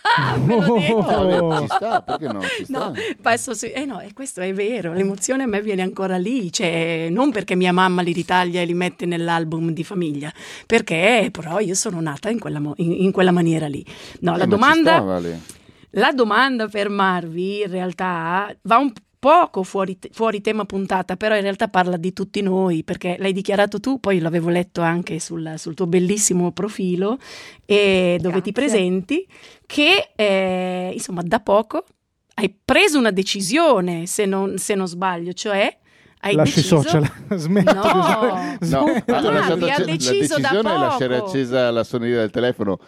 Me l'ho detto.
No, ci sta, perché no? Ci sta.
No, passo su, eh no, e questo è vero, l'emozione a me viene ancora lì, cioè non perché mia mamma li ritaglia e li mette nell'album di famiglia, perché però io sono nata in quella, mo- in, in quella maniera lì. No,
Eh,
la
ma ci
domanda
sta, Vale.
la domanda per Marvi in realtà va un poco fuori, te- fuori tema puntata, però in realtà parla di tutti noi, perché l'hai dichiarato tu, poi l'avevo letto anche sul, sul tuo bellissimo profilo e dove
Grazie.
ti presenti, che eh, insomma da poco hai preso una decisione, se non, se non sbaglio, cioè hai
Lasci i
deciso...
social, smetto di
No.
usare-
No,
smetto
ha
di
Marvi
lasciato
usare-
ha
acce-
deciso da
la decisione è lasciare
poco.
accesa la suoneria del telefono,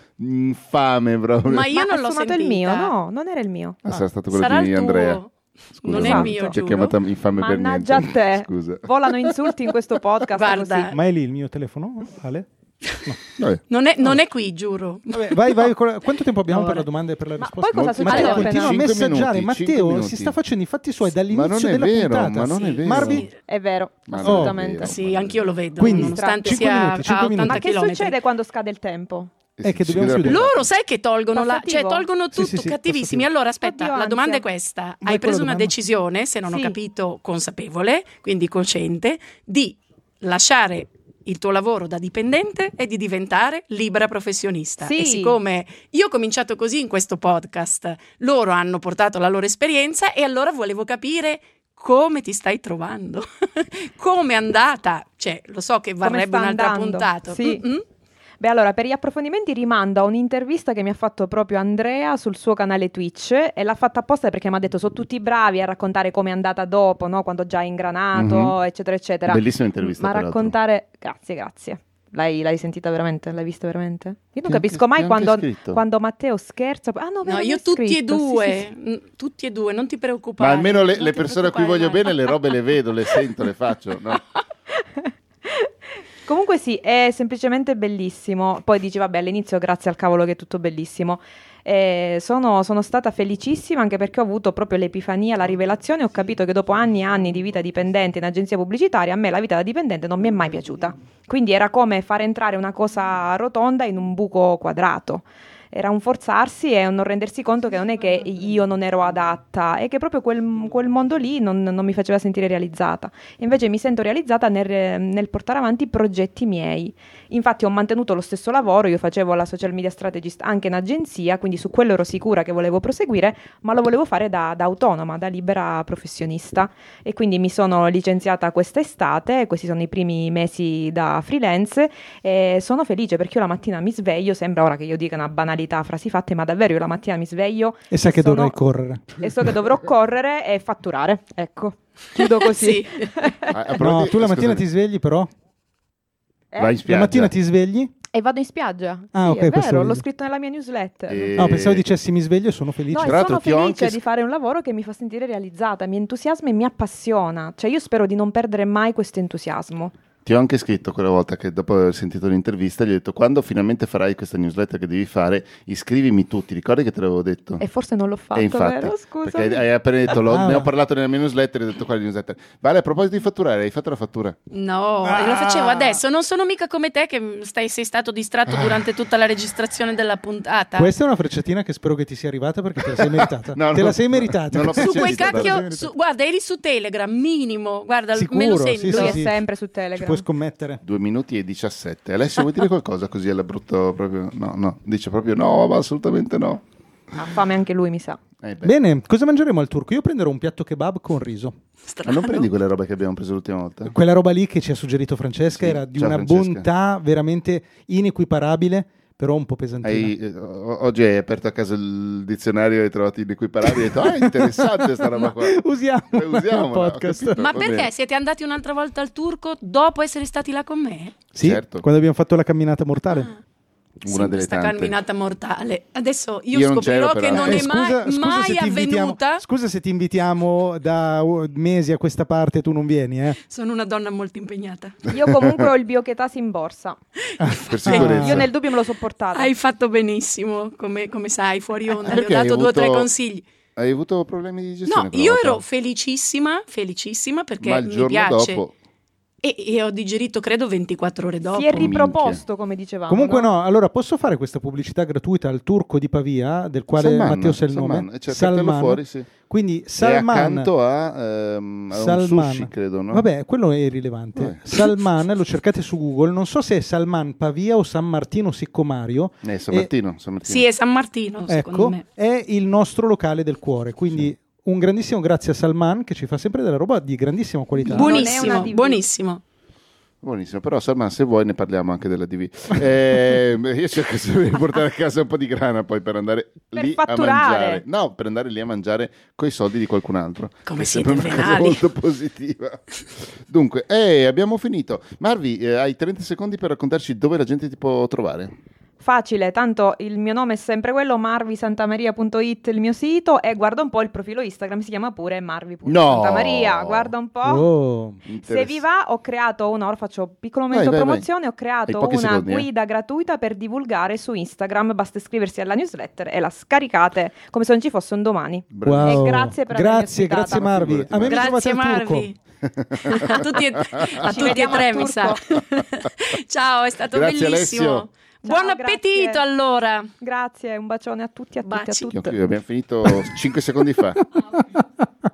infame proprio.
Ma io
Ma
non
ha
l'ho
suonato
sentita.
il mio? No, non era il mio.
Ah, sarà stato quello
Sarà
di
il tuo.
Andrea. Scusa,
Non è il
Vale,
mio,
ti ho
giuro.
chiamata infame per niente.
Mannaggia a te.
Scusa.
Volano insulti in questo podcast.
Guarda,
così.
Ma è lì il mio telefono, Ale?
Vabbè.
non è, non è qui, giuro.
Vabbè, vai, vai. con la- Quanto tempo abbiamo
Allora.
per la domanda e per la
Ma
risposta?
poi cosa
Molti-
succede
Matteo
Allora,
continua a
cinque
messaggiare.
minuti, cinque
Matteo
minuti.
si sta facendo i fatti suoi
Ma non
dall'inizio
è
della
vero,
puntata.
ma non è
Sì.
vero.
Marvi?
È vero,
Ma non è
assolutamente.
vero.
Sì, anch'io lo vedo,
Quindi,
nonostante
cinque
sia
minuti, cinque
a
minuti.
ottanta
Ma che
chilometri.
succede quando scade il tempo?
È che
Si
dobbiamo
vede la
chiudere.
Loro sai che tolgono la,
Passativo?
cioè tolgono
Sì,
tutto,
sì, sì,
cattivissimi.
passativo.
Allora aspetta,
Oddio,
la domanda è
ansia.
questa:
Vai
hai
con la
preso una
domanda.
decisione, se non ho
Sì.
capito, consapevole, quindi cosciente, di lasciare il tuo lavoro da dipendente e di diventare libera professionista.
Sì.
E siccome io ho cominciato così in questo podcast, loro hanno portato la loro esperienza e allora volevo capire come ti stai trovando, come è andata, cioè lo so che
Come
varrebbe
sta
un'altra
andando?
puntata.
Sì.
Mm-mm.
Beh, allora, per gli approfondimenti rimando a un'intervista che mi ha fatto proprio Andrea sul suo canale Twitch e l'ha fatta apposta perché mi ha detto sono tutti bravi a raccontare com'è andata dopo, no? Quando già è ingranato,
Mhm.
eccetera, eccetera.
Bellissima intervista,
Ma
peraltro.
raccontare... Grazie, grazie. L'hai, l'hai sentita veramente? L'hai vista veramente? Io non
Ti ho
capisco
anche-
mai
ti ho anche
quando,
scritto.
quando Matteo scherza. Ah, no,
No,
vero,
io
l'hai
tutti e
scritto, sì,
due,
sì, sì.
mm, tutti e due, non ti preoccupare.
Ma almeno le,
non
le
ti
persone a cui
preoccupare
voglio
mai.
bene, le robe le vedo, le sento, le faccio. No?
Comunque sì, è semplicemente bellissimo. Poi dici, vabbè, all'inizio grazie al cavolo che è tutto bellissimo. Eh, sono, sono stata felicissima anche perché ho avuto proprio l'epifania, la rivelazione. Ho capito che dopo anni e anni di vita dipendente in agenzia pubblicitaria, a me la vita da dipendente non mi è mai piaciuta. Quindi era come far entrare una cosa rotonda in un buco quadrato. Era un forzarsi e un non rendersi conto che non è che io non ero adatta, è che proprio quel, quel mondo lì non, non mi faceva sentire realizzata. Invece mi sento realizzata nel, nel portare avanti i progetti miei. Infatti ho mantenuto lo stesso lavoro, io facevo la social media strategist anche in agenzia, quindi su quello ero sicura che volevo proseguire, ma lo volevo fare da, da autonoma, da libera professionista. E quindi mi sono licenziata quest'estate, questi sono i primi mesi da freelance e sono felice perché io la mattina mi sveglio, sembra ora che io dica una banalità, frasi fatte, ma davvero io la mattina mi sveglio
E sai che
sono-
dovrai correre.
e so che dovrò correre e fatturare. Ecco, chiudo così.
Sì.
A- a
No,
proposito-
tu la mattina
scusami,
ti svegli però?
Eh?
vai in
La
spiaggia.
mattina ti svegli?
E vado in spiaggia.
Ah,
Sì,
ok,
è
questo
vero,
voglio
l'ho
dire.
scritto nella mia newsletter.
E-
No, pensavo dicessi mi sveglio e sono felice.
No, e
Tra l'altro
sono
ti ho
felice
anche-
di fare un lavoro che mi fa sentire realizzata, mi entusiasma e mi appassiona. Cioè io spero di non perdere mai questo entusiasmo.
Ti ho anche scritto quella volta che dopo aver sentito l'intervista gli ho detto quando finalmente farai questa newsletter che devi fare iscrivimi tutti, ricordi che te l'avevo detto?
E forse non l'ho fatto,
E infatti,
vero? Scusa.
perché hai appena detto, l'ho-
Ah.
ne ho parlato nella mia newsletter e ho detto quale newsletter. Vale, a proposito di fatturare, hai fatto la fattura?
No,
Ah.
lo facevo adesso. Non sono mica come te che stai- sei stato distratto durante tutta la registrazione della puntata.
Questa è una frecciatina che spero che ti sia arrivata perché te la sei meritata.
No,
te
no,
la sei
no,
meritata.
non l'ho
Su
Sì,
quel
sì, sì,
cacchio,
sì.
su- guarda, eri su Telegram, minimo. Guarda,
Sicuro,
me lo
sì,
sento.
sì,
Lui è
sì.
sempre su
Ci
Telegram.
puoi scommettere.
Due minuti e diciassette. Alessio, vuoi dire qualcosa così alla brutto? Proprio, no, no, dice proprio no, ma assolutamente no.
Ha fame anche lui, mi sa.
Eh beh.
Bene, cosa mangeremo al turco? Io prenderò un piatto kebab con riso.
Ma
Strano.
non prendi quelle robe che abbiamo preso l'ultima volta?
Quella roba lì che ci ha suggerito Francesca
Sì,
era di
ciao,
una
Francesca.
bontà veramente inequiparabile, però un po' pesantina.
Hai, eh, o- oggi hai aperto a caso il dizionario e hai trovato inequiparabili e hai detto ah interessante sta roba qua.
Usiamo
Eh, usiamola,
il
ho
podcast.
capito.
Ma
Va
perché
bene.
siete andati un'altra volta al turco dopo essere stati là con me?
Sì,
Certo.
quando abbiamo fatto la camminata mortale.
Ah.
Una
Sì,
delle
questa
tante.
camminata mortale. Adesso io,
Io non
scoprirò
c'ero,
che
però.
non
Eh,
è mai, mai
se ti invitiamo,
avvenuta.
scusa se ti invitiamo da uh, mesi a questa parte e tu non vieni, eh?
Sono una donna molto impegnata.
Io comunque ho il biochetas in borsa.
Per sicurezza.
Io nel dubbio me l'ho sopportata.
Hai fatto benissimo, come, come sai, fuori onda. Le ho
Perché hai
dato due o tre
avuto-
consigli.
Hai avuto problemi di gestione?
No,
quella
io
volta?
ero felicissima, felicissima perché
Ma il
mi
giorno
piace.
dopo
E, e ho digerito, credo, ventiquattro ore dopo.
Si è riproposto, come dicevamo.
Comunque
no?
no, allora posso fare questa pubblicità gratuita al turco di Pavia, del quale
Salman,
Matteo sa il
Salman,
nome.
e cercatelo fuori, sì.
Quindi
è
Salman,
accanto a, ehm, a un
Salman.
sushi, credo, no?
Vabbè, quello è irrilevante.
Vabbè.
Salman, lo cercate su Google, non so se è Salman Pavia o San Martino Siccomario.
Eh, San
E-
Martino, San Martino.
Sì, è San Martino, secondo
Ecco,
me.
è il nostro locale del cuore, quindi un grandissimo grazie a Salman che ci fa sempre della roba di grandissima qualità.
Buon-
Buonissimo,
una D V.
buonissimo.
Buonissimo, però Salman se vuoi ne parliamo anche della D V. Eh, io cerco sempre di portare a casa un po' di grana poi per andare
Per
lì
fatturare.
a mangiare. No, per andare lì a mangiare coi soldi di qualcun altro.
Come
Che
siete
sembra una cosa
venali.
molto positiva. Dunque, eh, abbiamo finito. Marvi, eh, hai trenta secondi per raccontarci dove la gente ti può trovare.
Facile, tanto il mio nome è sempre quello, marvisantamaria punto it il mio sito, e guarda un po' il profilo Instagram, si chiama pure marvi punto santamaria,
No!
guarda un po'.
Oh.
Se vi va, ho creato una, ora faccio un piccolo momento
Vai, vai,
promozione, ho
Hai
creato
pochi
una
secondi, eh.
guida gratuita per divulgare su Instagram, basta iscriversi alla newsletter e la scaricate come se non ci fosse un domani.
Bravissimo.
Wow.
E grazie per avermi
Grazie,
ospitata.
grazie Marvi.
Figurati,
A me mi
Grazie
trovate al turco.
Marvi. A tutti e, a
Ci
tutti e
vediamo
tre,
al
mi sa. Ciao, è stato
Grazie,
bellissimo.
Alessio.
Buon
Ciao,
appetito
grazie.
allora.
Grazie, un bacione a tutti, a tutti,
Baci.
a tutti.
Abbiamo finito cinque secondi fa.